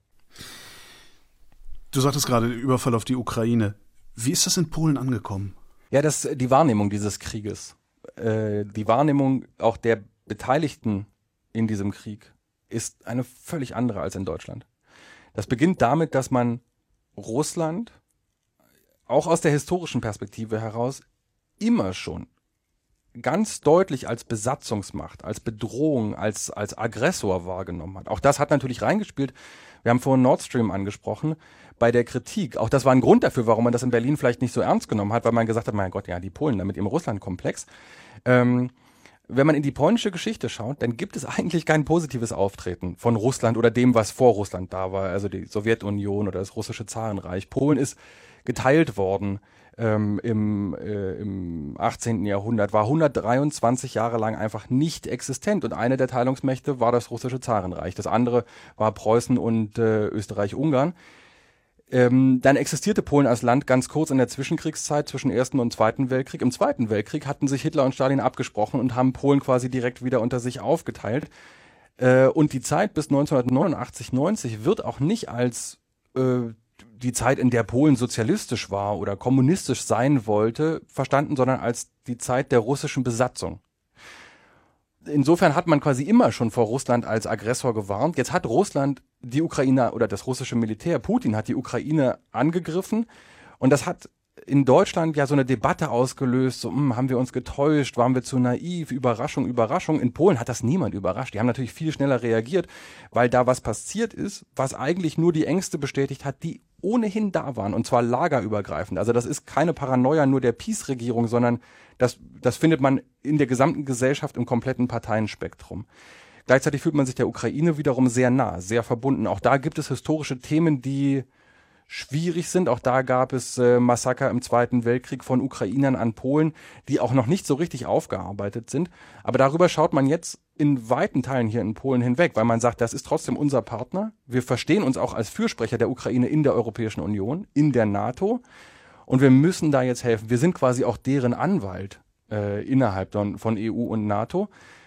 Du sagtest gerade, Überfall auf die Ukraine. Wie ist das in Polen angekommen? Ja, das die Wahrnehmung dieses Krieges, äh, die Wahrnehmung auch der Beteiligten in diesem Krieg ist eine völlig andere als in Deutschland. Das beginnt damit, dass man Russland auch aus der historischen Perspektive heraus immer schon ganz deutlich als Besatzungsmacht, als Bedrohung, als, als Aggressor wahrgenommen hat. Auch das hat natürlich reingespielt. Wir haben vorhin Nord Stream angesprochen, bei der Kritik. Auch das war ein Grund dafür, warum man das in Berlin vielleicht nicht so ernst genommen hat, weil man gesagt hat, mein Gott, ja, die Polen da mit ihrem Russland-Komplex. Ähm, wenn man in die polnische Geschichte schaut, dann gibt es eigentlich kein positives Auftreten von Russland oder dem, was vor Russland da war, also die Sowjetunion oder das russische Zarenreich. Polen ist geteilt worden. Ähm, im, äh, im achtzehnten Jahrhundert, war hundertdreiundzwanzig Jahre lang einfach nicht existent und eine der Teilungsmächte war das russische Zarenreich. Das andere war Preußen und äh, Österreich-Ungarn. Ähm, dann existierte Polen als Land ganz kurz in der Zwischenkriegszeit zwischen Ersten und Zweiten Weltkrieg. Im Zweiten Weltkrieg hatten sich Hitler und Stalin abgesprochen und haben Polen quasi direkt wieder unter sich aufgeteilt. Äh, und die Zeit bis neunzehnhundertneunundachtzig, neunzig wird auch nicht als äh, die Zeit, in der Polen sozialistisch war oder kommunistisch sein wollte, verstanden, sondern als die Zeit der russischen Besatzung. Insofern hat man quasi immer schon vor Russland als Aggressor gewarnt. Jetzt hat Russland die Ukraine oder das russische Militär, Putin hat die Ukraine angegriffen und das hat in Deutschland ja so eine Debatte ausgelöst, so hm, haben wir uns getäuscht, waren wir zu naiv, Überraschung, Überraschung. In Polen hat das niemand überrascht. Die haben natürlich viel schneller reagiert, weil da was passiert ist, was eigentlich nur die Ängste bestätigt hat, die ohnehin da waren, und zwar lagerübergreifend. Also das ist keine Paranoia nur der Peace-Regierung, sondern das, das findet man in der gesamten Gesellschaft im kompletten Parteienspektrum. Gleichzeitig fühlt man sich der Ukraine wiederum sehr nah, sehr verbunden. Auch da gibt es historische Themen, die schwierig sind. Auch da gab es äh, Massaker im Zweiten Weltkrieg von Ukrainern an Polen, die auch noch nicht so richtig aufgearbeitet sind. Aber darüber schaut man jetzt in weiten Teilen hier in Polen hinweg, weil man sagt, das ist trotzdem unser Partner. Wir verstehen uns auch als Fürsprecher der Ukraine in der Europäischen Union, in der NATO. Und wir müssen da jetzt helfen. Wir sind quasi auch deren Anwalt äh, innerhalb von, von E U und NATO.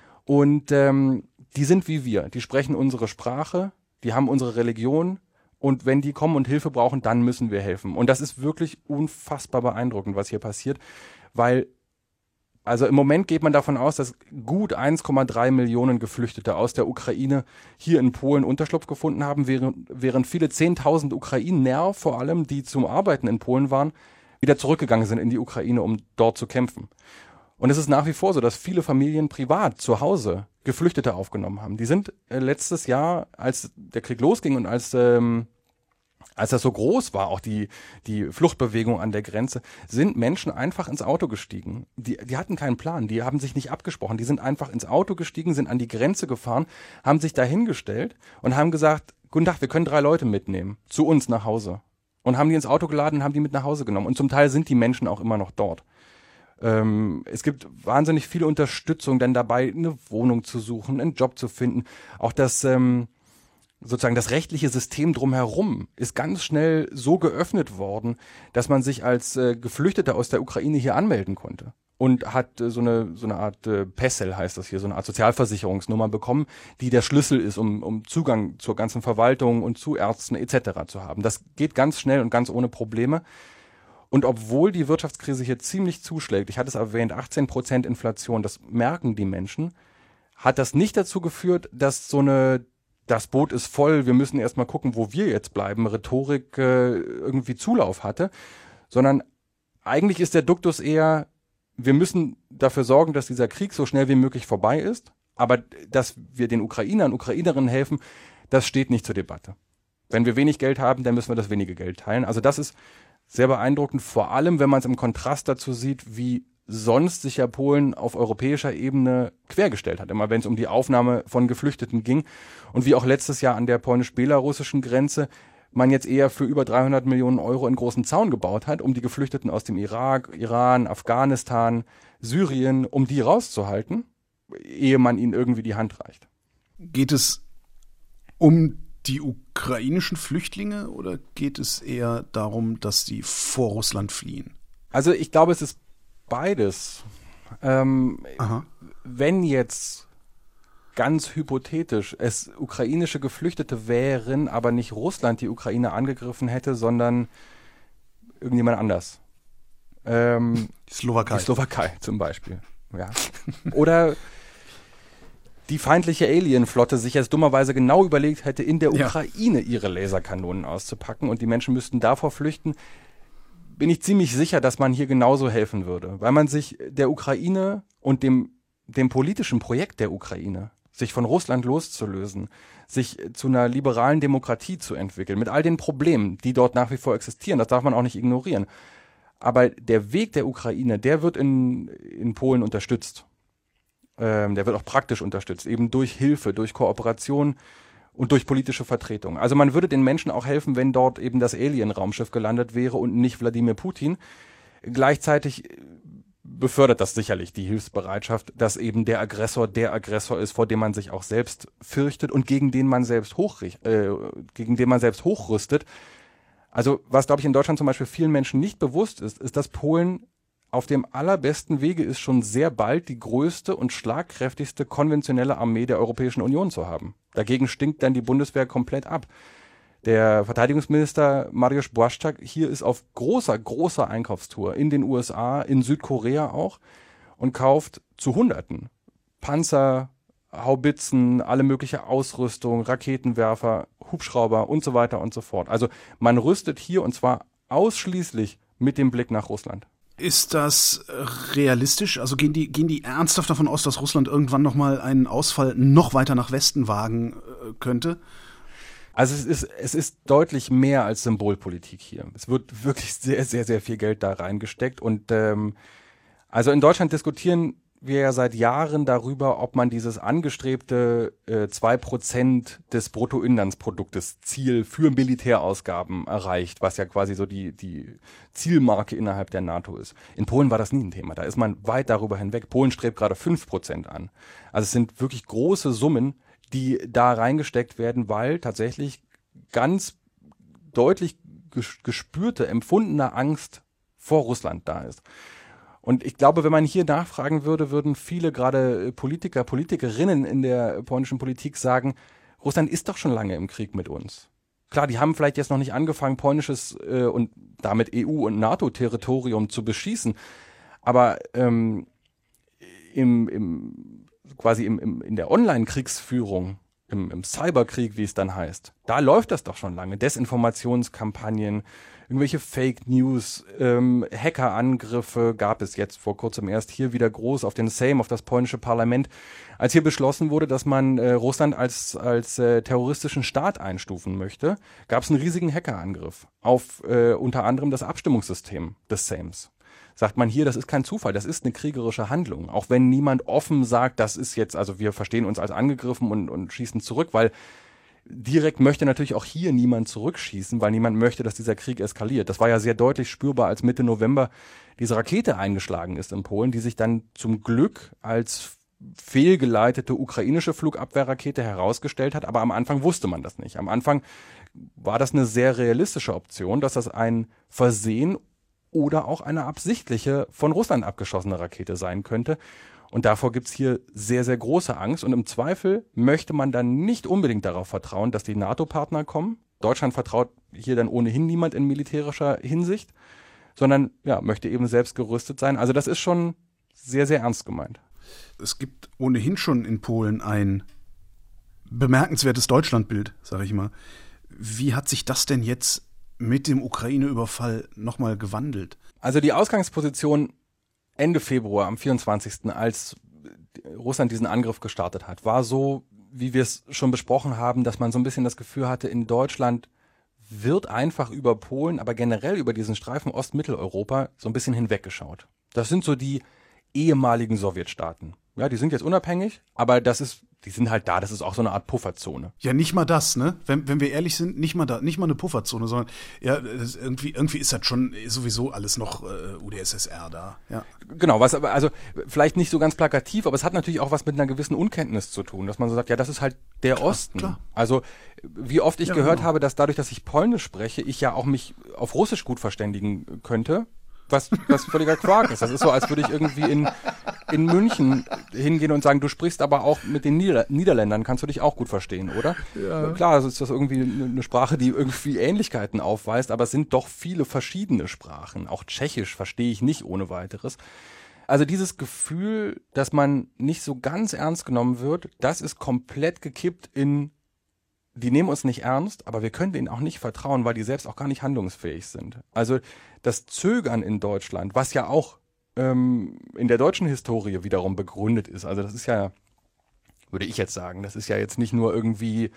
Und ähm, die sind wie wir. Die sprechen unsere Sprache, die haben unsere Religion. Und wenn die kommen und Hilfe brauchen, dann müssen wir helfen. Und das ist wirklich unfassbar beeindruckend, was hier passiert, weil also im Moment geht man davon aus, dass gut eins Komma drei Millionen Geflüchtete aus der Ukraine hier in Polen Unterschlupf gefunden haben, während, während viele zehntausend Ukrainer vor allem, die zum Arbeiten in Polen waren, wieder zurückgegangen sind in die Ukraine, um dort zu kämpfen. Und es ist nach wie vor so, dass viele Familien privat zu Hause Geflüchtete aufgenommen haben. Die sind äh, letztes Jahr, als der Krieg losging und als ähm, als das so groß war, auch die die Fluchtbewegung an der Grenze, sind Menschen einfach ins Auto gestiegen. Die die hatten keinen Plan, die haben sich nicht abgesprochen, die sind einfach ins Auto gestiegen, sind an die Grenze gefahren, haben sich dahingestellt und haben gesagt, guten Tag, wir können drei Leute mitnehmen, zu uns nach Hause. Und haben die ins Auto geladen und haben die mit nach Hause genommen. Und zum Teil sind die Menschen auch immer noch dort. Ähm, es gibt wahnsinnig viel Unterstützung dann dabei, eine Wohnung zu suchen, einen Job zu finden. Auch das ähm, sozusagen das rechtliche System drumherum ist ganz schnell so geöffnet worden, dass man sich als äh, Geflüchteter aus der Ukraine hier anmelden konnte. Und hat äh, so eine so eine Art äh, Pessel, heißt das hier, so eine Art Sozialversicherungsnummer bekommen, die der Schlüssel ist, um, um Zugang zur ganzen Verwaltung und zu Ärzten et cetera zu haben. Das geht ganz schnell und ganz ohne Probleme. Und obwohl die Wirtschaftskrise hier ziemlich zuschlägt, ich hatte es erwähnt, achtzehn Prozent Inflation, das merken die Menschen, hat das nicht dazu geführt, dass so eine, das Boot ist voll, wir müssen erstmal gucken, wo wir jetzt bleiben, Rhetorik äh, irgendwie Zulauf hatte, sondern eigentlich ist der Duktus eher, wir müssen dafür sorgen, dass dieser Krieg so schnell wie möglich vorbei ist, aber dass wir den Ukrainern, Ukrainerinnen helfen, das steht nicht zur Debatte. Wenn wir wenig Geld haben, dann müssen wir das wenige Geld teilen. Also das ist sehr beeindruckend, vor allem, wenn man es im Kontrast dazu sieht, wie sonst sich ja Polen auf europäischer Ebene quergestellt hat, immer wenn es um die Aufnahme von Geflüchteten ging und wie auch letztes Jahr an der polnisch-belarussischen Grenze man jetzt eher für über dreihundert Millionen Euro einen großen Zaun gebaut hat, um die Geflüchteten aus dem Irak, Iran, Afghanistan, Syrien, um die rauszuhalten, ehe man ihnen irgendwie die Hand reicht. Geht es um die ukrainischen Flüchtlinge oder geht es eher darum, dass die vor Russland fliehen? Also ich glaube, es ist beides. Ähm, wenn jetzt ganz hypothetisch es ukrainische Geflüchtete wären, aber nicht Russland die Ukraine angegriffen hätte, sondern irgendjemand anders. Ähm, die Slowakei. Die Slowakei zum Beispiel. Ja. Oder die feindliche Alien-Flotte sich jetzt dummerweise genau überlegt hätte, in der Ukraine ja. ihre Laserkanonen auszupacken und die Menschen müssten davor flüchten, bin ich ziemlich sicher, dass man hier genauso helfen würde. Weil man sich der Ukraine und dem, dem politischen Projekt der Ukraine, sich von Russland loszulösen, sich zu einer liberalen Demokratie zu entwickeln, mit all den Problemen, die dort nach wie vor existieren, das darf man auch nicht ignorieren. Aber der Weg der Ukraine, der wird in, in Polen unterstützt. Ähm, der wird auch praktisch unterstützt, eben durch Hilfe, durch Kooperation und durch politische Vertretung. Also man würde den Menschen auch helfen, wenn dort eben das Alien-Raumschiff gelandet wäre und nicht Wladimir Putin. Gleichzeitig befördert das sicherlich die Hilfsbereitschaft, dass eben der Aggressor der Aggressor ist, vor dem man sich auch selbst fürchtet und gegen den man selbst hoch, äh, gegen den man selbst hochrüstet. Also was, glaube ich, in Deutschland zum Beispiel vielen Menschen nicht bewusst ist, ist, dass Polen auf dem allerbesten Wege ist, schon sehr bald die größte und schlagkräftigste konventionelle Armee der Europäischen Union zu haben. Dagegen stinkt dann die Bundeswehr komplett ab. Der Verteidigungsminister Mariusz Błaszczak hier ist auf großer, großer Einkaufstour in den U S A, in Südkorea auch und kauft zu Hunderten Panzer, Haubitzen, alle mögliche Ausrüstung, Raketenwerfer, Hubschrauber und so weiter und so fort. Also man rüstet hier und zwar ausschließlich mit dem Blick nach Russland. Ist das realistisch? Also gehen die, gehen die ernsthaft davon aus, dass Russland irgendwann nochmal einen Ausfall noch weiter nach Westen wagen äh, könnte? Also es ist, es ist deutlich mehr als Symbolpolitik hier. Es wird wirklich sehr, sehr, sehr viel Geld da reingesteckt. Und ähm, also in Deutschland diskutieren wir ja seit Jahren darüber, ob man dieses angestrebte äh, zwei Prozent des Bruttoinlandsproduktes Ziel für Militärausgaben erreicht, was ja quasi so die, die Zielmarke innerhalb der NATO ist. In Polen war das nie ein Thema. Da ist man weit darüber hinweg. Polen strebt gerade fünf Prozent an. Also es sind wirklich große Summen, die da reingesteckt werden, weil tatsächlich ganz deutlich gespürte, empfundene Angst vor Russland da ist. Und ich glaube, wenn man hier nachfragen würde, würden viele, gerade Politiker, Politikerinnen in der polnischen Politik sagen, Russland ist doch schon lange im Krieg mit uns. Klar, die haben vielleicht jetzt noch nicht angefangen, polnisches äh, und damit E U- und NATO-Territorium zu beschießen, aber ähm, im, im, quasi im, im, in der Online-Kriegsführung, im, im Cyberkrieg, wie es dann heißt, da läuft das doch schon lange. Desinformationskampagnen, irgendwelche Fake News, ähm, Hackerangriffe gab es jetzt vor kurzem erst hier wieder groß auf den Sejm, auf das polnische Parlament, als hier beschlossen wurde, dass man äh, Russland als als äh, terroristischen Staat einstufen möchte, gab es einen riesigen Hackerangriff auf äh, unter anderem das Abstimmungssystem des Sejms. Sagt man hier, das ist kein Zufall, das ist eine kriegerische Handlung, auch wenn niemand offen sagt, das ist jetzt, also wir verstehen uns als angegriffen und, und schießen zurück, weil direkt möchte natürlich auch hier niemand zurückschießen, weil niemand möchte, dass dieser Krieg eskaliert. Das war ja sehr deutlich spürbar, als Mitte November diese Rakete eingeschlagen ist in Polen, die sich dann zum Glück als fehlgeleitete ukrainische Flugabwehrrakete herausgestellt hat. Aber am Anfang wusste man das nicht. Am Anfang war das eine sehr realistische Option, dass das ein Versehen oder auch eine absichtliche von Russland abgeschossene Rakete sein könnte. Und davor gibt's hier sehr, sehr große Angst. Und im Zweifel möchte man dann nicht unbedingt darauf vertrauen, dass die NATO-Partner kommen. Deutschland vertraut hier dann ohnehin niemand in militärischer Hinsicht, sondern ja, möchte eben selbst gerüstet sein. Also das ist schon sehr, sehr ernst gemeint. Es gibt ohnehin schon in Polen ein bemerkenswertes Deutschlandbild, sage ich mal. Wie hat sich das denn jetzt mit dem Ukraine-Überfall nochmal gewandelt? Also die Ausgangsposition Ende Februar, am vierundzwanzigsten, als Russland diesen Angriff gestartet hat, war so, wie wir es schon besprochen haben, dass man so ein bisschen das Gefühl hatte, in Deutschland wird einfach über Polen, aber generell über diesen Streifen Ostmitteleuropa so ein bisschen hinweggeschaut. Das sind so die ehemaligen Sowjetstaaten. Ja, die sind jetzt unabhängig, aber das ist, die sind halt da, das ist auch so eine Art Pufferzone. Ja, nicht mal das, ne? Wenn, wenn wir ehrlich sind, nicht mal da, nicht mal eine Pufferzone, sondern ja, das irgendwie, irgendwie ist das schon sowieso alles noch äh, U d S S R da. Ja. Genau, was aber, also vielleicht nicht so ganz plakativ, aber es hat natürlich auch was mit einer gewissen Unkenntnis zu tun, dass man so sagt, ja, das ist halt der Klar, Osten. klar. Also wie oft ich Ja, gehört genau. habe, dass dadurch, dass ich Polnisch spreche, ich ja auch mich auf Russisch gut verständigen könnte. Was, was völliger Quark ist. Das ist so, als würde ich irgendwie in, in München hingehen und sagen, du sprichst aber auch mit den Nieder- Niederländern, kannst du dich auch gut verstehen, oder? Ja. Klar, also ist das irgendwie eine Sprache, die irgendwie Ähnlichkeiten aufweist, aber es sind doch viele verschiedene Sprachen. Auch Tschechisch verstehe ich nicht ohne weiteres. Also dieses Gefühl, dass man nicht so ganz ernst genommen wird, das ist komplett gekippt in, die nehmen uns nicht ernst, aber wir können denen auch nicht vertrauen, weil die selbst auch gar nicht handlungsfähig sind. Also das Zögern in Deutschland, was ja auch ähm, in der deutschen Historie wiederum begründet ist, also das ist ja, würde ich jetzt sagen, das ist ja jetzt nicht nur irgendwie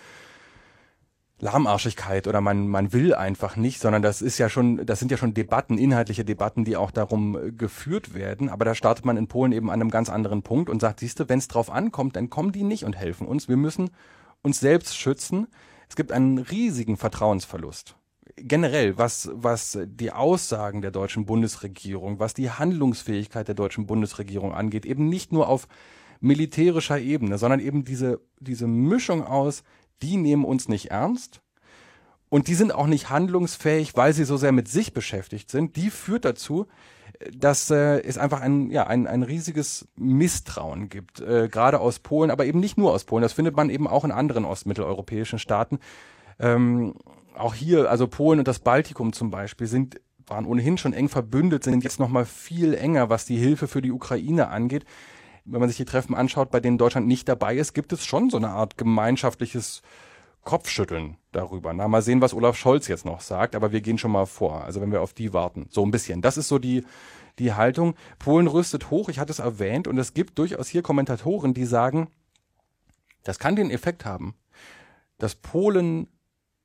Lahmarschigkeit oder man man will einfach nicht, sondern das ist ja schon, das sind ja schon Debatten, inhaltliche Debatten, die auch darum äh, geführt werden. Aber da startet man in Polen eben an einem ganz anderen Punkt und sagt, siehst du, wenn es drauf ankommt, dann kommen die nicht und helfen uns. Wir müssen uns selbst schützen. Es gibt einen riesigen Vertrauensverlust. Generell, was, was die Aussagen der deutschen Bundesregierung, was die Handlungsfähigkeit der deutschen Bundesregierung angeht, eben nicht nur auf militärischer Ebene, sondern eben diese, diese Mischung aus, die nehmen uns nicht ernst und die sind auch nicht handlungsfähig, weil sie so sehr mit sich beschäftigt sind, die führt dazu, dass äh, es einfach ein, ja, ein, ein riesiges Misstrauen gibt, äh, gerade aus Polen, aber eben nicht nur aus Polen, das findet man eben auch in anderen ostmitteleuropäischen Staaten. Ähm, auch hier, also Polen und das Baltikum zum Beispiel, sind waren ohnehin schon eng verbündet, sind jetzt nochmal viel enger, was die Hilfe für die Ukraine angeht. Wenn man sich die Treffen anschaut, bei denen Deutschland nicht dabei ist, gibt es schon so eine Art gemeinschaftliches Kopfschütteln darüber. Na, mal sehen, was Olaf Scholz jetzt noch sagt, aber wir gehen schon mal vor, also wenn wir auf die warten, so ein bisschen. Das ist so die, die Haltung. Polen rüstet hoch, ich hatte es erwähnt, und es gibt durchaus hier Kommentatoren, die sagen, das kann den Effekt haben, dass Polen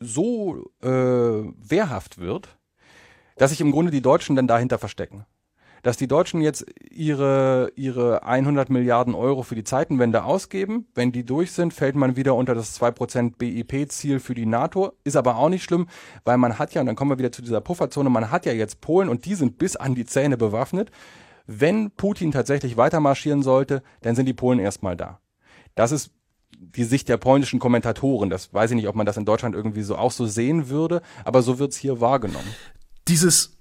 so äh, wehrhaft wird, dass sich im Grunde die Deutschen dann dahinter verstecken. Dass die Deutschen jetzt ihre, ihre hundert Milliarden Euro für die Zeitenwende ausgeben. Wenn die durch sind, fällt man wieder unter das zwei Prozent B I P-Ziel für die NATO. Ist aber auch nicht schlimm, weil man hat ja, und dann kommen wir wieder zu dieser Pufferzone, man hat ja jetzt Polen und die sind bis an die Zähne bewaffnet. Wenn Putin tatsächlich weitermarschieren sollte, dann sind die Polen erstmal da. Das ist die Sicht der polnischen Kommentatoren. Das weiß ich nicht, ob man das in Deutschland irgendwie so auch so sehen würde, aber so wird's hier wahrgenommen. Dieses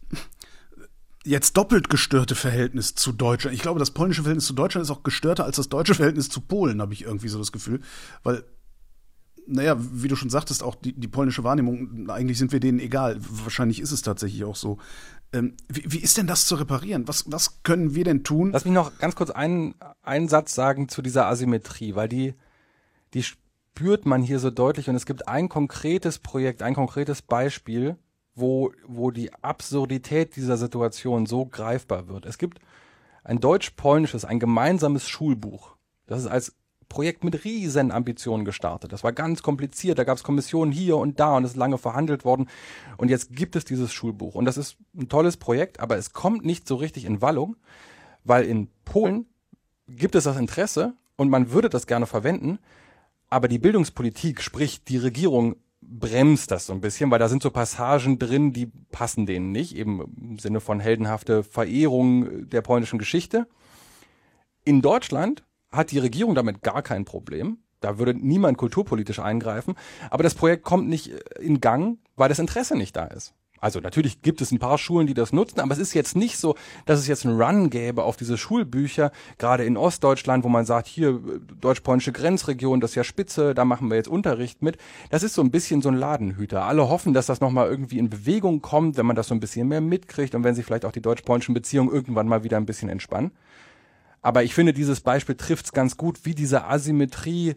jetzt doppelt gestörte Verhältnis zu Deutschland. Ich glaube, das polnische Verhältnis zu Deutschland ist auch gestörter als das deutsche Verhältnis zu Polen, habe ich irgendwie so das Gefühl. Weil, naja, wie du schon sagtest, auch die, die polnische Wahrnehmung, eigentlich sind wir denen egal. Wahrscheinlich ist es tatsächlich auch so. Ähm, wie, wie ist denn das zu reparieren? Was, was können wir denn tun? Lass mich noch ganz kurz einen, einen Satz sagen zu dieser Asymmetrie, weil die, die spürt man hier so deutlich und es gibt ein konkretes Projekt, ein konkretes Beispiel, wo, wo die Absurdität dieser Situation so greifbar wird. Es gibt ein deutsch-polnisches, ein gemeinsames Schulbuch. Das ist als Projekt mit riesen Ambitionen gestartet. Das war ganz kompliziert, da gab es Kommissionen hier und da und es ist lange verhandelt worden. Und jetzt gibt es dieses Schulbuch. Und das ist ein tolles Projekt, aber es kommt nicht so richtig in Wallung, weil in Polen gibt es das Interesse und man würde das gerne verwenden, aber die Bildungspolitik, sprich die Regierung, bremst das so ein bisschen, weil da sind so Passagen drin, die passen denen nicht, eben im Sinne von heldenhafte Verehrung der polnischen Geschichte. In Deutschland hat die Regierung damit gar kein Problem. Da würde niemand kulturpolitisch eingreifen. Aber das Projekt kommt nicht in Gang, weil das Interesse nicht da ist. Also natürlich gibt es ein paar Schulen, die das nutzen, aber es ist jetzt nicht so, dass es jetzt einen Run gäbe auf diese Schulbücher, gerade in Ostdeutschland, wo man sagt, hier deutsch-polnische Grenzregion, das ist ja spitze, da machen wir jetzt Unterricht mit. Das ist so ein bisschen so ein Ladenhüter. Alle hoffen, dass das nochmal irgendwie in Bewegung kommt, wenn man das so ein bisschen mehr mitkriegt und wenn sich vielleicht auch die deutsch-polnischen Beziehungen irgendwann mal wieder ein bisschen entspannen. Aber ich finde, dieses Beispiel trifft es ganz gut, wie diese Asymmetrie,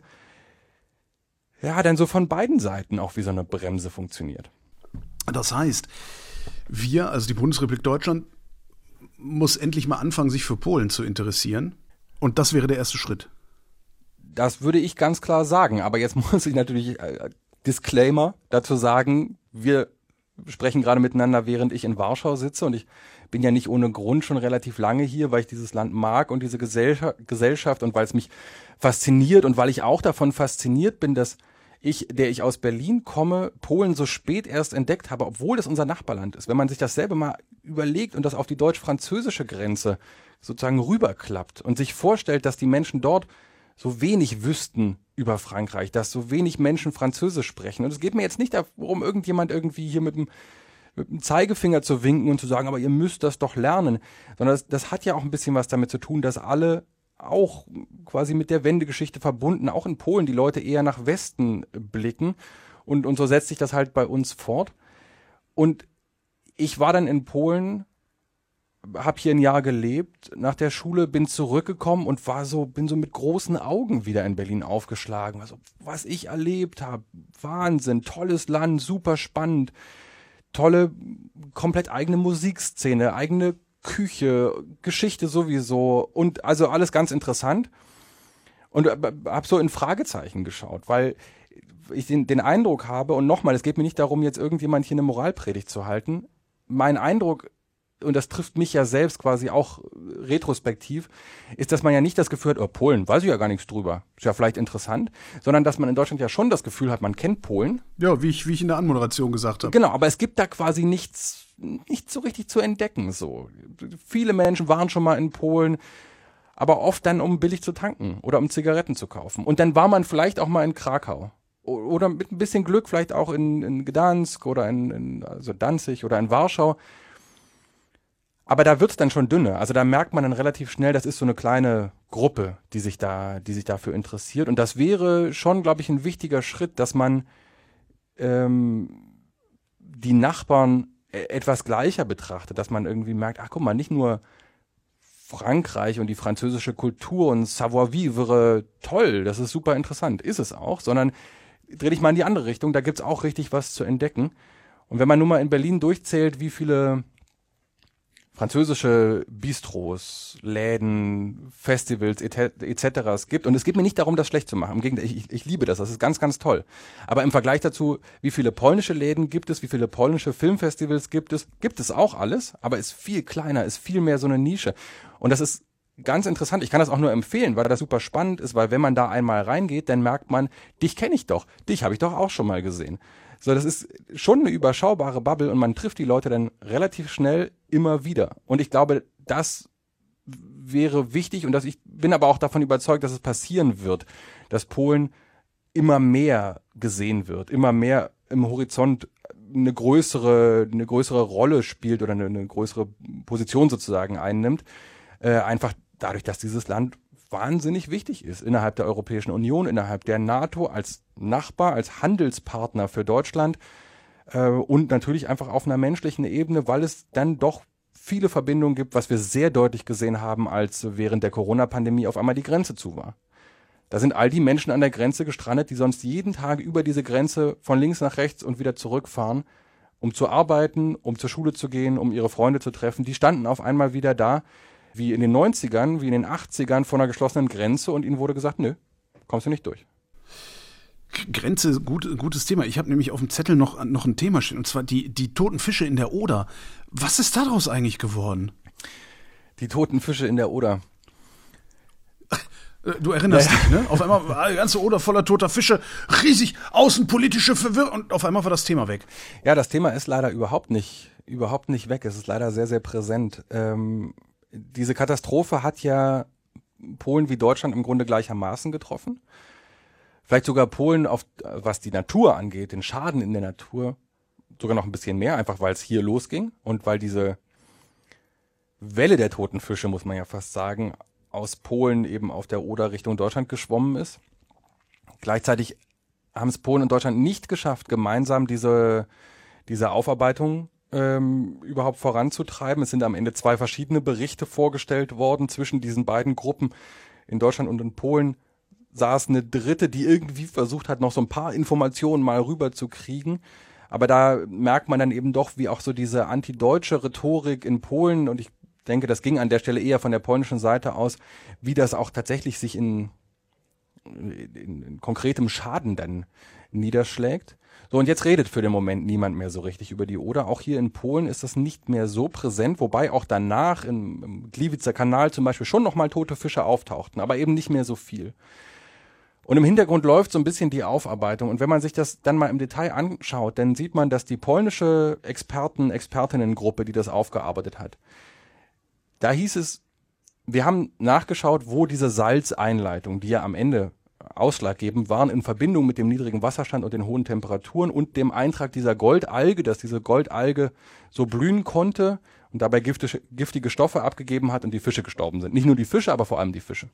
ja, dann so von beiden Seiten auch wie so eine Bremse funktioniert. Das heißt, wir, also die Bundesrepublik Deutschland, muss endlich mal anfangen, sich für Polen zu interessieren. Und das wäre der erste Schritt. Das würde ich ganz klar sagen. Aber jetzt muss ich natürlich äh, Disclaimer dazu sagen, wir sprechen gerade miteinander, während ich in Warschau sitze. Und ich bin ja nicht ohne Grund schon relativ lange hier, weil ich dieses Land mag und diese Gesellschaft und weil es mich fasziniert und weil ich auch davon fasziniert bin, dass ich, der ich aus Berlin komme, Polen so spät erst entdeckt habe, obwohl das unser Nachbarland ist. Wenn man sich dasselbe mal überlegt und das auf die deutsch-französische Grenze sozusagen rüberklappt und sich vorstellt, dass die Menschen dort so wenig wüssten über Frankreich, dass so wenig Menschen Französisch sprechen. Und es geht mir jetzt nicht darum, irgendjemand irgendwie hier mit dem, mit dem Zeigefinger zu winken und zu sagen, aber ihr müsst das doch lernen. Sondern das, das hat ja auch ein bisschen was damit zu tun, dass alle auch quasi mit der Wendegeschichte verbunden, auch in Polen die Leute eher nach Westen blicken und, und so setzt sich das halt bei uns fort. Und ich war dann in Polen, habe hier ein Jahr gelebt, nach der Schule, bin zurückgekommen und war so, bin so mit großen Augen wieder in Berlin aufgeschlagen. Also was ich erlebt habe, Wahnsinn, tolles Land, super spannend, tolle, komplett eigene Musikszene, eigene Küche, Geschichte sowieso und also alles ganz interessant und habe so in Fragezeichen geschaut, weil ich den, den Eindruck habe, und nochmal, es geht mir nicht darum, jetzt irgendjemand hier eine Moralpredigt zu halten, mein Eindruck, und das trifft mich ja selbst quasi auch retrospektiv, ist, dass man ja nicht das Gefühl hat, oh, Polen, weiß ich ja gar nichts drüber, ist ja vielleicht interessant, sondern dass man in Deutschland ja schon das Gefühl hat, man kennt Polen. Ja, wie ich, wie ich in der Anmoderation gesagt habe. Genau, aber es gibt da quasi nichts, nicht so richtig zu entdecken. So, viele Menschen waren schon mal in Polen, aber oft dann, um billig zu tanken oder um Zigaretten zu kaufen. Und dann war man vielleicht auch mal in Krakau. Oder mit ein bisschen Glück vielleicht auch in, in Gdansk oder in, in also Danzig oder in Warschau. Aber da wird's dann schon dünner. Also da merkt man dann relativ schnell, das ist so eine kleine Gruppe, die sich da, die sich dafür interessiert. Und das wäre schon, glaube ich, ein wichtiger Schritt, dass man ähm, die Nachbarn etwas gleicher betrachtet, dass man irgendwie merkt, ach guck mal, nicht nur Frankreich und die französische Kultur und Savoir-vivre, toll, das ist super interessant, ist es auch, sondern dreh dich mal in die andere Richtung, da gibt's auch richtig was zu entdecken. Und wenn man nur mal in Berlin durchzählt, wie viele französische Bistros, Läden, Festivals et cetera es gibt. Und es geht mir nicht darum, das schlecht zu machen. Im Gegenteil, ich, ich liebe das. Das ist ganz, ganz toll. Aber im Vergleich dazu, wie viele polnische Läden gibt es, wie viele polnische Filmfestivals gibt es, gibt es auch alles, aber ist viel kleiner, ist viel mehr so eine Nische. Und das ist ganz interessant. Ich kann das auch nur empfehlen, weil das super spannend ist, weil wenn man da einmal reingeht, dann merkt man, dich kenne ich doch. Dich habe ich doch auch schon mal gesehen. So, das ist schon eine überschaubare Bubble und man trifft die Leute dann relativ schnell immer wieder. Und ich glaube, das wäre wichtig und dass ich bin aber auch davon überzeugt, dass es passieren wird, dass Polen immer mehr gesehen wird, immer mehr im Horizont eine größere, eine größere Rolle spielt oder eine, eine größere Position sozusagen einnimmt. Äh, einfach dadurch, dass dieses Land wahnsinnig wichtig ist innerhalb der Europäischen Union, innerhalb der NATO, als Nachbar, als Handelspartner für Deutschland äh, und natürlich einfach auf einer menschlichen Ebene, weil es dann doch viele Verbindungen gibt, was wir sehr deutlich gesehen haben, als während der Corona-Pandemie auf einmal die Grenze zu war. Da sind all die Menschen an der Grenze gestrandet, die sonst jeden Tag über diese Grenze von links nach rechts und wieder zurückfahren, um zu arbeiten, um zur Schule zu gehen, um ihre Freunde zu treffen. Die standen auf einmal wieder da, wie in den neunzigern, wie in den achtzigern vor einer geschlossenen Grenze und ihnen wurde gesagt, nö, kommst du nicht durch. Grenze, gut, gutes Thema. Ich habe nämlich auf dem Zettel noch, noch ein Thema stehen, und zwar die, die toten Fische in der Oder. Was ist daraus eigentlich geworden? Die toten Fische in der Oder. Du erinnerst naja. dich, ne? Auf einmal war die ganze Oder voller toter Fische, riesig, außenpolitische Verwirrung und auf einmal war das Thema weg. Ja, das Thema ist leider überhaupt nicht, überhaupt nicht weg. Es ist leider sehr, sehr präsent. Ähm, Diese Katastrophe hat ja Polen wie Deutschland im Grunde gleichermaßen getroffen. Vielleicht sogar Polen, auf, was die Natur angeht, den Schaden in der Natur, sogar noch ein bisschen mehr, einfach weil es hier losging und weil diese Welle der toten Fische, muss man ja fast sagen, aus Polen eben auf der Oder Richtung Deutschland geschwommen ist. Gleichzeitig haben es Polen und Deutschland nicht geschafft, gemeinsam diese, diese Aufarbeitung Ähm, überhaupt voranzutreiben. Es sind am Ende zwei verschiedene Berichte vorgestellt worden zwischen diesen beiden Gruppen. In Deutschland und in Polen saß eine dritte, die irgendwie versucht hat, noch so ein paar Informationen mal rüberzukriegen. Aber da merkt man dann eben doch, wie auch so diese antideutsche Rhetorik in Polen, und ich denke, das ging an der Stelle eher von der polnischen Seite aus, wie das auch tatsächlich sich in, in, in konkretem Schaden dann niederschlägt. So, und jetzt redet für den Moment niemand mehr so richtig über die Oder. Auch hier in Polen ist das nicht mehr so präsent, wobei auch danach im, im Gliwitzer Kanal zum Beispiel schon nochmal tote Fische auftauchten, aber eben nicht mehr so viel. Und im Hintergrund läuft so ein bisschen die Aufarbeitung. Und wenn man sich das dann mal im Detail anschaut, dann sieht man, dass die polnische Experten, Expertinnengruppe, die das aufgearbeitet hat, da hieß es, wir haben nachgeschaut, wo diese Salzeinleitungen, die ja am Ende ausschlaggebend waren, in Verbindung mit dem niedrigen Wasserstand und den hohen Temperaturen und dem Eintrag dieser Goldalge, dass diese Goldalge so blühen konnte und dabei giftige, giftige Stoffe abgegeben hat und die Fische gestorben sind. Nicht nur die Fische, aber vor allem die Fische.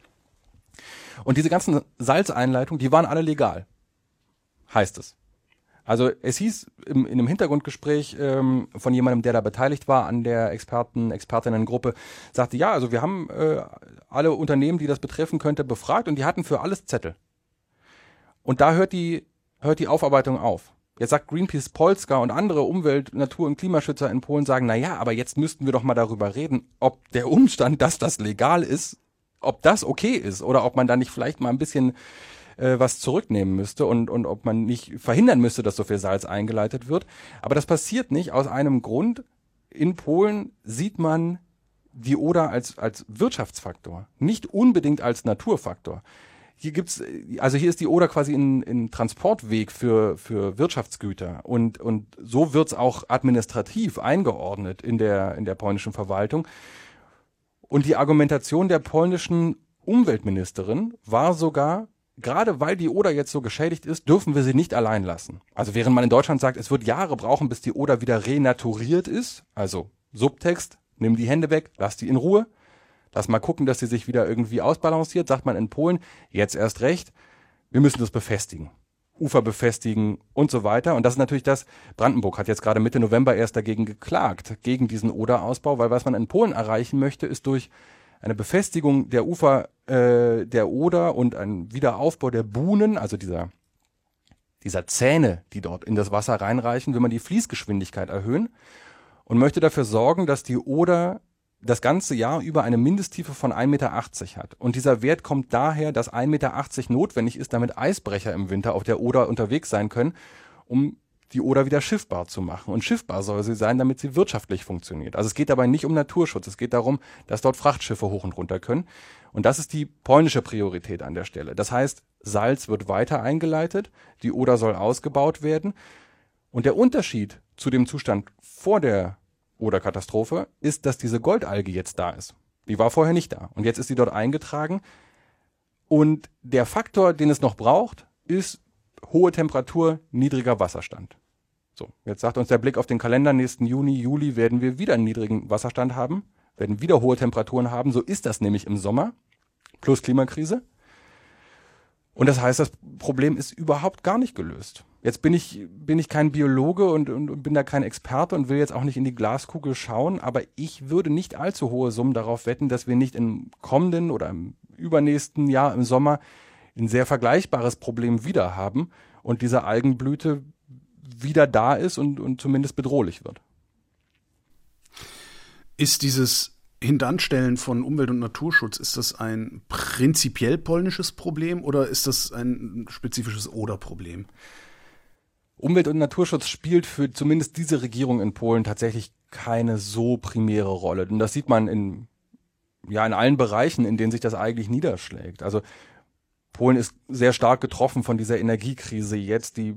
Und diese ganzen Salzeinleitungen, die waren alle legal, heißt es. Also es hieß im, in einem Hintergrundgespräch ähm, von jemandem, der da beteiligt war an der Experten, Expertinnengruppe, sagte, ja, also wir haben äh, alle Unternehmen, die das betreffen könnte, befragt und die hatten für alles Zettel. Und da hört die, hört die Aufarbeitung auf. Jetzt sagt Greenpeace Polska und andere Umwelt-, Natur- und Klimaschützer in Polen sagen, na ja, aber jetzt müssten wir doch mal darüber reden, ob der Umstand, dass das legal ist, ob das okay ist oder ob man da nicht vielleicht mal ein bisschen äh, was zurücknehmen müsste und, und ob man nicht verhindern müsste, dass so viel Salz eingeleitet wird. Aber das passiert nicht aus einem Grund. In Polen sieht man die Oder als, als Wirtschaftsfaktor, nicht unbedingt als Naturfaktor. Hier gibt's, also hier ist die Oder quasi ein, ein Transportweg für, für Wirtschaftsgüter und, und so wird's auch administrativ eingeordnet in der, in der polnischen Verwaltung. Und die Argumentation der polnischen Umweltministerin war sogar, gerade weil die Oder jetzt so geschädigt ist, dürfen wir sie nicht allein lassen. Also während man in Deutschland sagt, es wird Jahre brauchen, bis die Oder wieder renaturiert ist, also Subtext, nimm die Hände weg, lass die in Ruhe, lass mal gucken, dass sie sich wieder irgendwie ausbalanciert, sagt man in Polen, jetzt erst recht, wir müssen das befestigen. Ufer befestigen und so weiter. Und das ist natürlich das, Brandenburg hat jetzt gerade Mitte November erst dagegen geklagt, gegen diesen Oder-Ausbau, weil was man in Polen erreichen möchte, ist durch eine Befestigung der Ufer äh, der Oder und ein Wiederaufbau der Buhnen, also dieser, dieser Zähne, die dort in das Wasser reinreichen, will man die Fließgeschwindigkeit erhöhen und möchte dafür sorgen, dass die Oder das ganze Jahr über eine Mindesttiefe von ein Meter achtzig hat. Und dieser Wert kommt daher, dass ein Meter achtzig notwendig ist, damit Eisbrecher im Winter auf der Oder unterwegs sein können, um die Oder wieder schiffbar zu machen. Und schiffbar soll sie sein, damit sie wirtschaftlich funktioniert. Also es geht dabei nicht um Naturschutz, es geht darum, dass dort Frachtschiffe hoch und runter können. Und das ist die polnische Priorität an der Stelle. Das heißt, Salz wird weiter eingeleitet, die Oder soll ausgebaut werden. Und der Unterschied zu dem Zustand vor der Oder-Katastrophe ist, dass diese Goldalge jetzt da ist. Die war vorher nicht da. Und jetzt ist sie dort eingetragen. Und der Faktor, den es noch braucht, ist hohe Temperatur, niedriger Wasserstand. So, jetzt sagt uns der Blick auf den Kalender, nächsten Juni, Juli werden wir wieder einen niedrigen Wasserstand haben, werden wieder hohe Temperaturen haben. So ist das nämlich im Sommer, plus Klimakrise. Und das heißt, das Problem ist überhaupt gar nicht gelöst. Jetzt bin ich, bin ich kein Biologe und, und, und bin da kein Experte und will jetzt auch nicht in die Glaskugel schauen, aber ich würde nicht allzu hohe Summen darauf wetten, dass wir nicht im kommenden oder im übernächsten Jahr im Sommer ein sehr vergleichbares Problem wieder haben und diese Algenblüte wieder da ist und, und zumindest bedrohlich wird. Ist dieses Hintanstellen von Umwelt- und Naturschutz, ist das ein prinzipiell polnisches Problem oder ist das ein spezifisches Oder-Problem? Umwelt- und Naturschutz spielt für zumindest diese Regierung in Polen tatsächlich keine so primäre Rolle. Und das sieht man in, ja, in allen Bereichen, in denen sich das eigentlich niederschlägt. Also Polen ist sehr stark getroffen von dieser Energiekrise jetzt, die,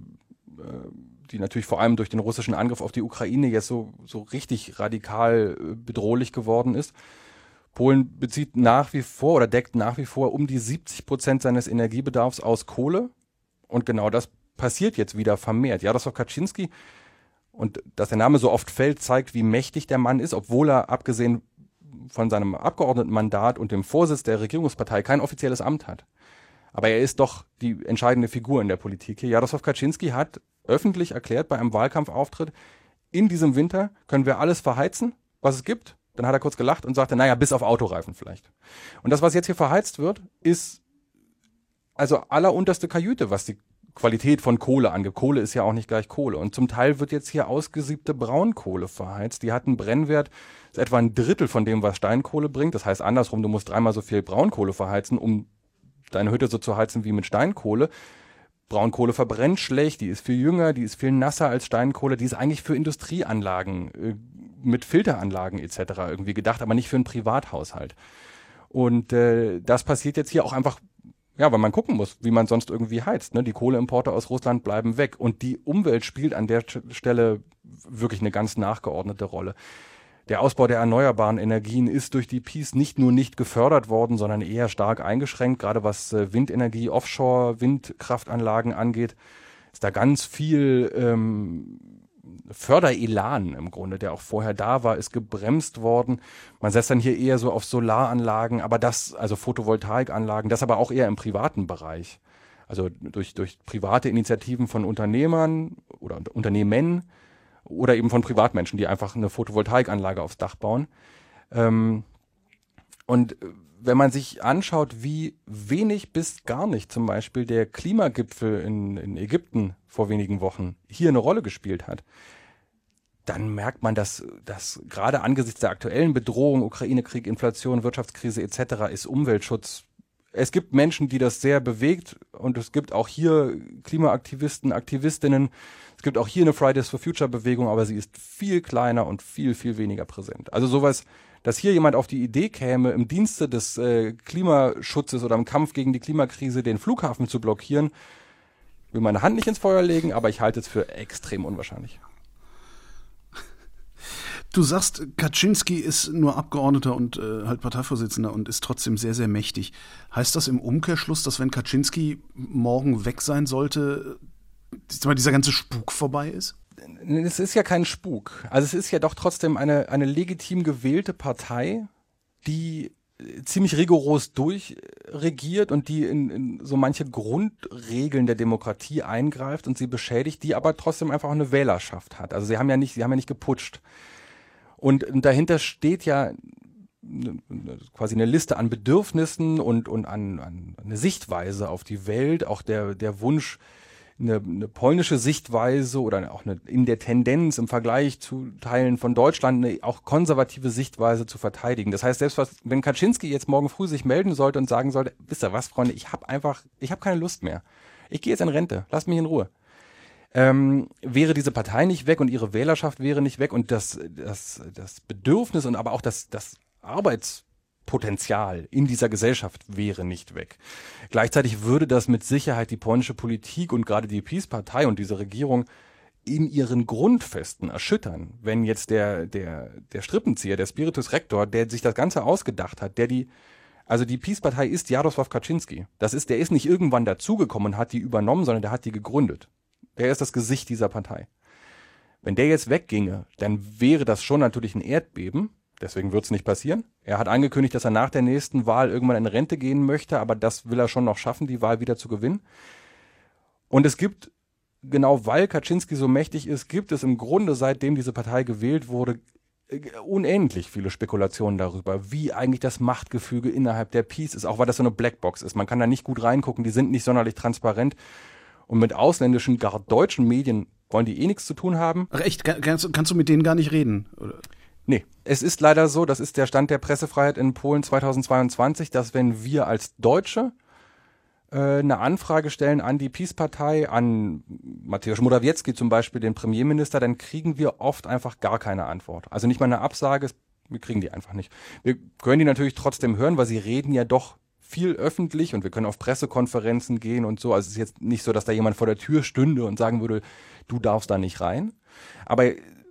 die natürlich vor allem durch den russischen Angriff auf die Ukraine jetzt so, so richtig radikal bedrohlich geworden ist. Polen bezieht nach wie vor oder deckt nach wie vor um die siebzig Prozent seines Energiebedarfs aus Kohle. Und genau das passiert jetzt wieder vermehrt. Jarosław Kaczyński, und dass der Name so oft fällt, zeigt, wie mächtig der Mann ist, obwohl er abgesehen von seinem Abgeordnetenmandat und dem Vorsitz der Regierungspartei kein offizielles Amt hat. Aber er ist doch die entscheidende Figur in der Politik hier. Jarosław Kaczyński hat öffentlich erklärt bei einem Wahlkampfauftritt, in diesem Winter können wir alles verheizen, was es gibt. Dann hat er kurz gelacht und sagte, naja, bis auf Autoreifen vielleicht. Und das, was jetzt hier verheizt wird, ist also allerunterste Kajüte, was die Qualität von Kohle angeht. Kohle ist ja auch nicht gleich Kohle. Und zum Teil wird jetzt hier ausgesiebte Braunkohle verheizt. Die hat einen Brennwert, ist etwa ein Drittel von dem, was Steinkohle bringt. Das heißt andersrum, du musst dreimal so viel Braunkohle verheizen, um deine Hütte so zu heizen wie mit Steinkohle. Braunkohle verbrennt schlecht, die ist viel jünger, die ist viel nasser als Steinkohle. Die ist eigentlich für Industrieanlagen, äh, mit Filteranlagen et cetera irgendwie gedacht, aber nicht für einen Privathaushalt. Und äh, das passiert jetzt hier auch einfach, ja, weil man gucken muss, wie man sonst irgendwie heizt. Ne? Die Kohleimporte aus Russland bleiben weg. Und die Umwelt spielt an der Stelle wirklich eine ganz nachgeordnete Rolle. Der Ausbau der erneuerbaren Energien ist durch die Peace nicht nur nicht gefördert worden, sondern eher stark eingeschränkt. Gerade was Windenergie, Offshore-Windkraftanlagen angeht, ist da ganz viel ähm, Förderelan im Grunde, der auch vorher da war, ist gebremst worden. Man setzt dann hier eher so auf Solaranlagen, aber das, also Photovoltaikanlagen, das aber auch eher im privaten Bereich. Also durch, durch private Initiativen von Unternehmern oder Unternehmen oder eben von Privatmenschen, die einfach eine Photovoltaikanlage aufs Dach bauen. Ähm, und wenn man sich anschaut, wie wenig bis gar nicht zum Beispiel der Klimagipfel in, in Ägypten vor wenigen Wochen hier eine Rolle gespielt hat, dann merkt man, dass, dass gerade angesichts der aktuellen Bedrohung, Ukraine-Krieg, Inflation, Wirtschaftskrise et cetera ist Umweltschutz. Es gibt Menschen, die das sehr bewegt und es gibt auch hier Klimaaktivisten, Aktivistinnen. Es gibt auch hier eine Fridays for Future Bewegung, aber sie ist viel kleiner und viel, viel weniger präsent. Also sowas, dass hier jemand auf die Idee käme, im Dienste des äh, Klimaschutzes oder im Kampf gegen die Klimakrise den Flughafen zu blockieren, will meine Hand nicht ins Feuer legen, aber ich halte es für extrem unwahrscheinlich. Du sagst, Kaczyński ist nur Abgeordneter und äh, halt Parteivorsitzender und ist trotzdem sehr, sehr mächtig. Heißt das im Umkehrschluss, dass wenn Kaczyński morgen weg sein sollte, dieser ganze Spuk vorbei ist? Es ist ja kein Spuk. Also es ist ja doch trotzdem eine, eine legitim gewählte Partei, die ziemlich rigoros durchregiert und die in, in so manche Grundregeln der Demokratie eingreift und sie beschädigt, die aber trotzdem einfach auch eine Wählerschaft hat. Also sie haben ja nicht, sie haben ja nicht geputscht. Und dahinter steht ja quasi eine Liste an Bedürfnissen und, und an, an eine Sichtweise auf die Welt, auch der, der Wunsch, eine, eine polnische Sichtweise oder auch eine, in der Tendenz im Vergleich zu Teilen von Deutschland eine auch konservative Sichtweise zu verteidigen. Das heißt, selbst was, wenn Kaczynski jetzt morgen früh sich melden sollte und sagen sollte, wisst ihr was, Freunde, ich habe einfach, ich habe keine Lust mehr. Ich gehe jetzt in Rente, lasst mich in Ruhe. Ähm, wäre diese Partei nicht weg und ihre Wählerschaft wäre nicht weg und das, das, das Bedürfnis und aber auch das, das Arbeitspotenzial in dieser Gesellschaft wäre nicht weg. Gleichzeitig würde das mit Sicherheit die polnische Politik und gerade die PiS-Partei und diese Regierung in ihren Grundfesten erschüttern, wenn jetzt der, der, der Strippenzieher, der Spiritus Rector, der sich das Ganze ausgedacht hat, der die, also die PiS-Partei ist Jarosław Kaczynski. Das ist, der ist nicht irgendwann dazugekommen und hat die übernommen, sondern der hat die gegründet. Der ist das Gesicht dieser Partei. Wenn der jetzt wegginge, dann wäre das schon natürlich ein Erdbeben. Deswegen wird es nicht passieren. Er hat angekündigt, dass er nach der nächsten Wahl irgendwann in Rente gehen möchte, aber das will er schon noch schaffen, die Wahl wieder zu gewinnen. Und es gibt, genau weil Kaczynski so mächtig ist, gibt es im Grunde, seitdem diese Partei gewählt wurde, unendlich viele Spekulationen darüber, wie eigentlich das Machtgefüge innerhalb der PiS ist, auch weil das so eine Blackbox ist. Man kann da nicht gut reingucken, die sind nicht sonderlich transparent. Und mit ausländischen, gar deutschen Medien wollen die eh nichts zu tun haben. Ach echt, kannst, kannst du mit denen gar nicht reden? Oder? Nee, es ist leider so, das ist der Stand der Pressefreiheit in Polen zweitausendzweiundzwanzig, dass wenn wir als Deutsche äh, eine Anfrage stellen an die PiS-Partei, an Mateusz Morawiecki zum Beispiel, den Premierminister, dann kriegen wir oft einfach gar keine Antwort. Also nicht mal eine Absage, wir kriegen die einfach nicht. Wir können die natürlich trotzdem hören, weil sie reden ja doch viel öffentlich und wir können auf Pressekonferenzen gehen und so. Also es ist jetzt nicht so, dass da jemand vor der Tür stünde und sagen würde, du darfst da nicht rein. Aber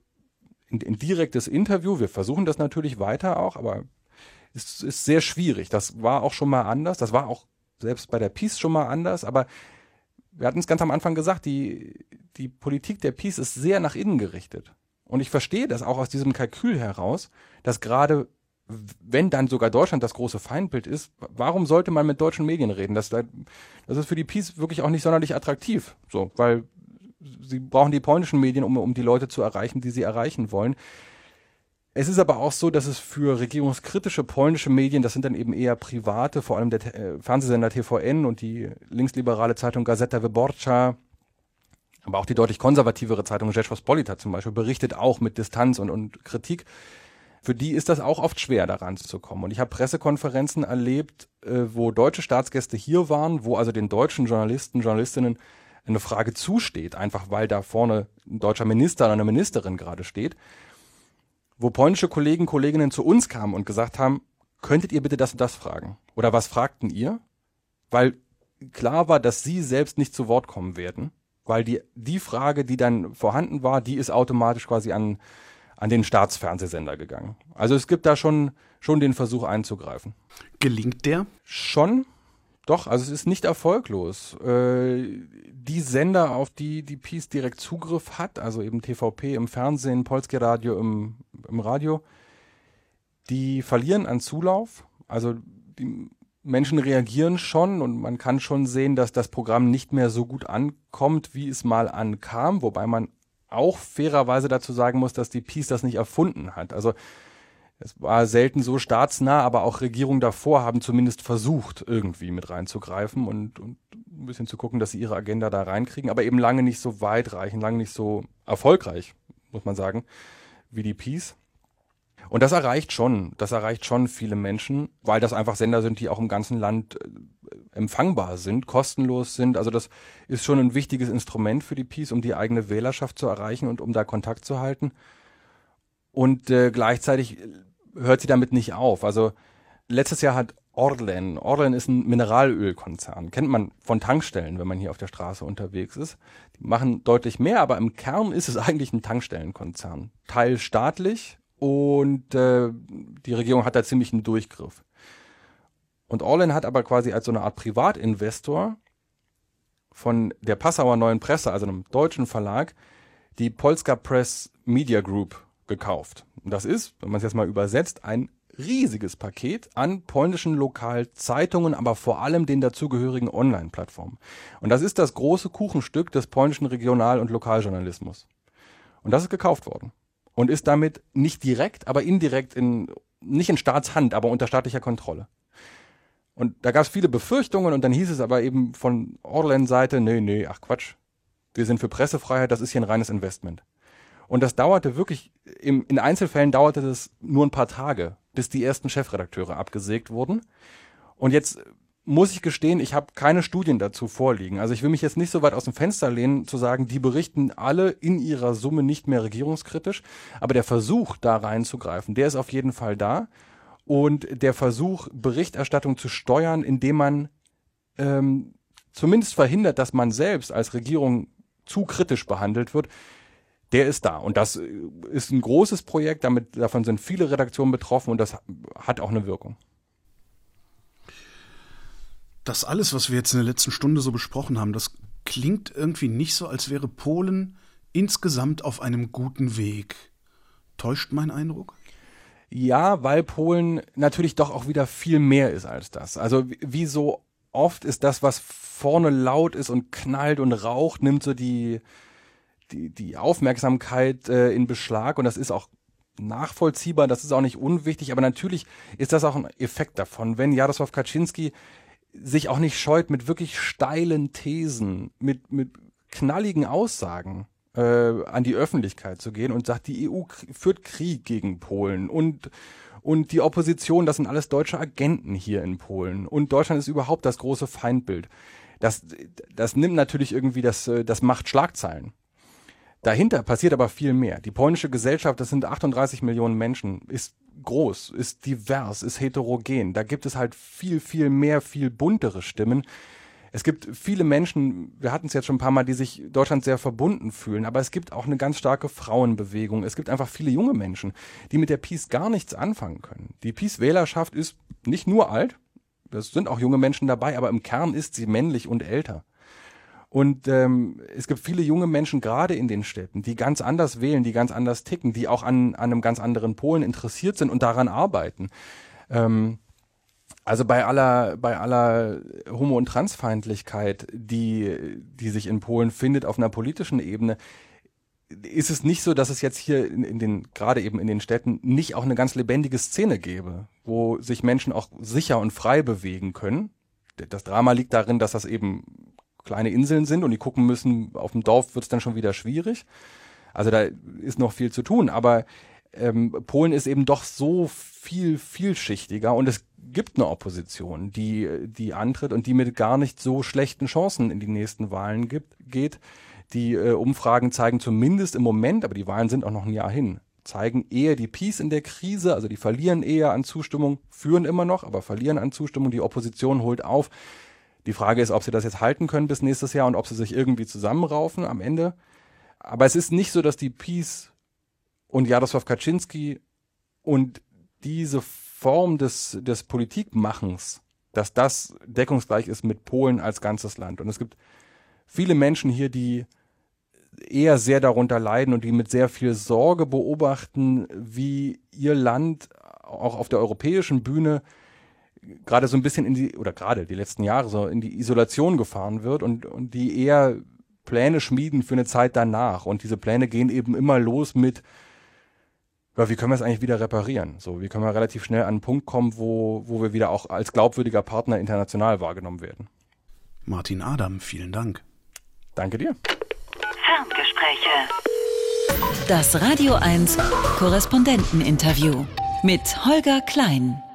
ein direktes Interview, wir versuchen das natürlich weiter auch, aber es ist sehr schwierig. Das war auch schon mal anders. Das war auch selbst bei der PiS schon mal anders. Aber wir hatten es ganz am Anfang gesagt, die, die Politik der PiS ist sehr nach innen gerichtet. Und ich verstehe das auch aus diesem Kalkül heraus, dass gerade wenn dann sogar Deutschland das große Feindbild ist, warum sollte man mit deutschen Medien reden? Das, das ist für die PiS wirklich auch nicht sonderlich attraktiv, so, weil sie brauchen die polnischen Medien, um, um die Leute zu erreichen, die sie erreichen wollen. Es ist aber auch so, dass es für regierungskritische polnische Medien, das sind dann eben eher private, vor allem der äh, Fernsehsender T V N und die linksliberale Zeitung Gazeta Wyborcza, aber auch die deutlich konservativere Zeitung Rzeczpospolita zum Beispiel, berichtet auch mit Distanz und, und Kritik. Für die ist das auch oft schwer, daran zu kommen. Und ich habe Pressekonferenzen erlebt, äh, wo deutsche Staatsgäste hier waren, wo also den deutschen Journalisten, Journalistinnen eine Frage zusteht, einfach weil da vorne ein deutscher Minister oder eine Ministerin gerade steht, wo polnische Kollegen, Kolleginnen zu uns kamen und gesagt haben, könntet ihr bitte das und das fragen? Oder was fragten ihr? Weil klar war, dass sie selbst nicht zu Wort kommen werden, weil die, die Frage, die dann vorhanden war, die ist automatisch quasi an an den Staatsfernsehsender gegangen. Also es gibt da schon, schon den Versuch einzugreifen. Gelingt der? Schon, doch, also es ist nicht erfolglos. Äh, die Sender, auf die die PiS direkt Zugriff hat, also eben T V P im Fernsehen, Polskie Radio im, im Radio, die verlieren an Zulauf. Also die Menschen reagieren schon und man kann schon sehen, dass das Programm nicht mehr so gut ankommt, wie es mal ankam, wobei man auch fairerweise dazu sagen muss, dass die PiS das nicht erfunden hat. Also es war selten so staatsnah, aber auch Regierungen davor haben zumindest versucht, irgendwie mit reinzugreifen und, und ein bisschen zu gucken, dass sie ihre Agenda da reinkriegen, aber eben lange nicht so weitreichend, lange nicht so erfolgreich, muss man sagen, wie die PiS. Und das erreicht schon, das erreicht schon viele Menschen, weil das einfach Sender sind, die auch im ganzen Land empfangbar sind, kostenlos sind. Also das ist schon ein wichtiges Instrument für die PiS, um die eigene Wählerschaft zu erreichen und um da Kontakt zu halten. Und äh, gleichzeitig hört sie damit nicht auf. Also letztes Jahr hat Orlen, Orlen ist ein Mineralölkonzern, kennt man von Tankstellen, wenn man hier auf der Straße unterwegs ist. Die machen deutlich mehr, aber im Kern ist es eigentlich ein Tankstellenkonzern. Teilstaatlich und äh, die Regierung hat da ziemlich einen Durchgriff. Und Orlen hat aber quasi als so eine Art Privatinvestor von der Passauer Neuen Presse, also einem deutschen Verlag, die Polska Press Media Group gekauft. Und das ist, wenn man es jetzt mal übersetzt, ein riesiges Paket an polnischen Lokalzeitungen, aber vor allem den dazugehörigen Online-Plattformen. Und das ist das große Kuchenstück des polnischen Regional- und Lokaljournalismus. Und das ist gekauft worden. Und ist damit nicht direkt, aber indirekt in, nicht in Staatshand, aber unter staatlicher Kontrolle. Und da gab es viele Befürchtungen und dann hieß es aber eben von Orlen-Seite, nee, nee, ach Quatsch, wir sind für Pressefreiheit, das ist hier ein reines Investment. Und das dauerte wirklich, im, in Einzelfällen dauerte das nur ein paar Tage, bis die ersten Chefredakteure abgesägt wurden. Und jetzt muss ich gestehen, ich habe keine Studien dazu vorliegen. Also ich will mich jetzt nicht so weit aus dem Fenster lehnen, zu sagen, die berichten alle in ihrer Summe nicht mehr regierungskritisch. Aber der Versuch, da reinzugreifen, der ist auf jeden Fall da. Und der Versuch, Berichterstattung zu steuern, indem man ähm, zumindest verhindert, dass man selbst als Regierung zu kritisch behandelt wird, der ist da. Und das ist ein großes Projekt, damit, davon sind viele Redaktionen betroffen und das hat auch eine Wirkung. Das alles, was wir jetzt in der letzten Stunde so besprochen haben, das klingt irgendwie nicht so, als wäre Polen insgesamt auf einem guten Weg. Täuscht mein Eindruck? Ja, weil Polen natürlich doch auch wieder viel mehr ist als das. Also wie so oft ist das, was vorne laut ist und knallt und raucht, nimmt so die, die, die Aufmerksamkeit äh, in Beschlag und das ist auch nachvollziehbar, das ist auch nicht unwichtig, aber natürlich ist das auch ein Effekt davon, wenn Jarosław Kaczyński sich auch nicht scheut, mit wirklich steilen Thesen, mit, mit knalligen Aussagen äh, an die Öffentlichkeit zu gehen und sagt, die E U k- führt Krieg gegen Polen und, und die Opposition, das sind alles deutsche Agenten hier in Polen und Deutschland ist überhaupt das große Feindbild. Das, das nimmt natürlich irgendwie, das, das macht Schlagzeilen. Dahinter passiert aber viel mehr. Die polnische Gesellschaft, das sind achtunddreißig Millionen Menschen, ist groß, ist divers, ist heterogen. Da gibt es halt viel, viel mehr, viel buntere Stimmen. Es gibt viele Menschen, wir hatten es jetzt schon ein paar Mal, die sich Deutschland sehr verbunden fühlen, aber es gibt auch eine ganz starke Frauenbewegung. Es gibt einfach viele junge Menschen, die mit der PiS gar nichts anfangen können. Die PiS-Wählerschaft ist nicht nur alt, das sind auch junge Menschen dabei, aber im Kern ist sie männlich und älter. Und ähm, es gibt viele junge Menschen, gerade in den Städten, die ganz anders wählen, die ganz anders ticken, die auch an, an einem ganz anderen Polen interessiert sind und daran arbeiten. Ähm, also bei aller, bei aller Homo- und Transfeindlichkeit, die, die sich in Polen findet auf einer politischen Ebene, ist es nicht so, dass es jetzt hier in, in den, gerade eben in den Städten, nicht auch eine ganz lebendige Szene gäbe, wo sich Menschen auch sicher und frei bewegen können. Das Drama liegt darin, dass das eben kleine Inseln sind und die gucken müssen, auf dem Dorf wird es dann schon wieder schwierig. Also da ist noch viel zu tun, aber ähm, Polen ist eben doch so viel vielschichtiger und es gibt eine Opposition, die die antritt und die mit gar nicht so schlechten Chancen in die nächsten Wahlen gibt, geht. Die äh, Umfragen zeigen zumindest im Moment, aber die Wahlen sind auch noch ein Jahr hin, zeigen eher die PiS in der Krise, also die verlieren eher an Zustimmung, führen immer noch, aber verlieren an Zustimmung, die Opposition holt auf. Die Frage ist, ob sie das jetzt halten können bis nächstes Jahr und ob sie sich irgendwie zusammenraufen am Ende. Aber es ist nicht so, dass die PiS und Jarosław Kaczyński und diese Form des, des Politikmachens, dass das deckungsgleich ist mit Polen als ganzes Land. Und es gibt viele Menschen hier, die eher sehr darunter leiden und die mit sehr viel Sorge beobachten, wie ihr Land auch auf der europäischen Bühne gerade so ein bisschen in die, oder gerade die letzten Jahre so in die Isolation gefahren wird und, und die eher Pläne schmieden für eine Zeit danach. Und diese Pläne gehen eben immer los mit, ja, wie können wir es eigentlich wieder reparieren? So, wie können wir relativ schnell an einen Punkt kommen, wo, wo wir wieder auch als glaubwürdiger Partner international wahrgenommen werden. Martin Adam, vielen Dank. Danke dir. Ferngespräche. Das Radio eins Korrespondenteninterview mit Holger Klein.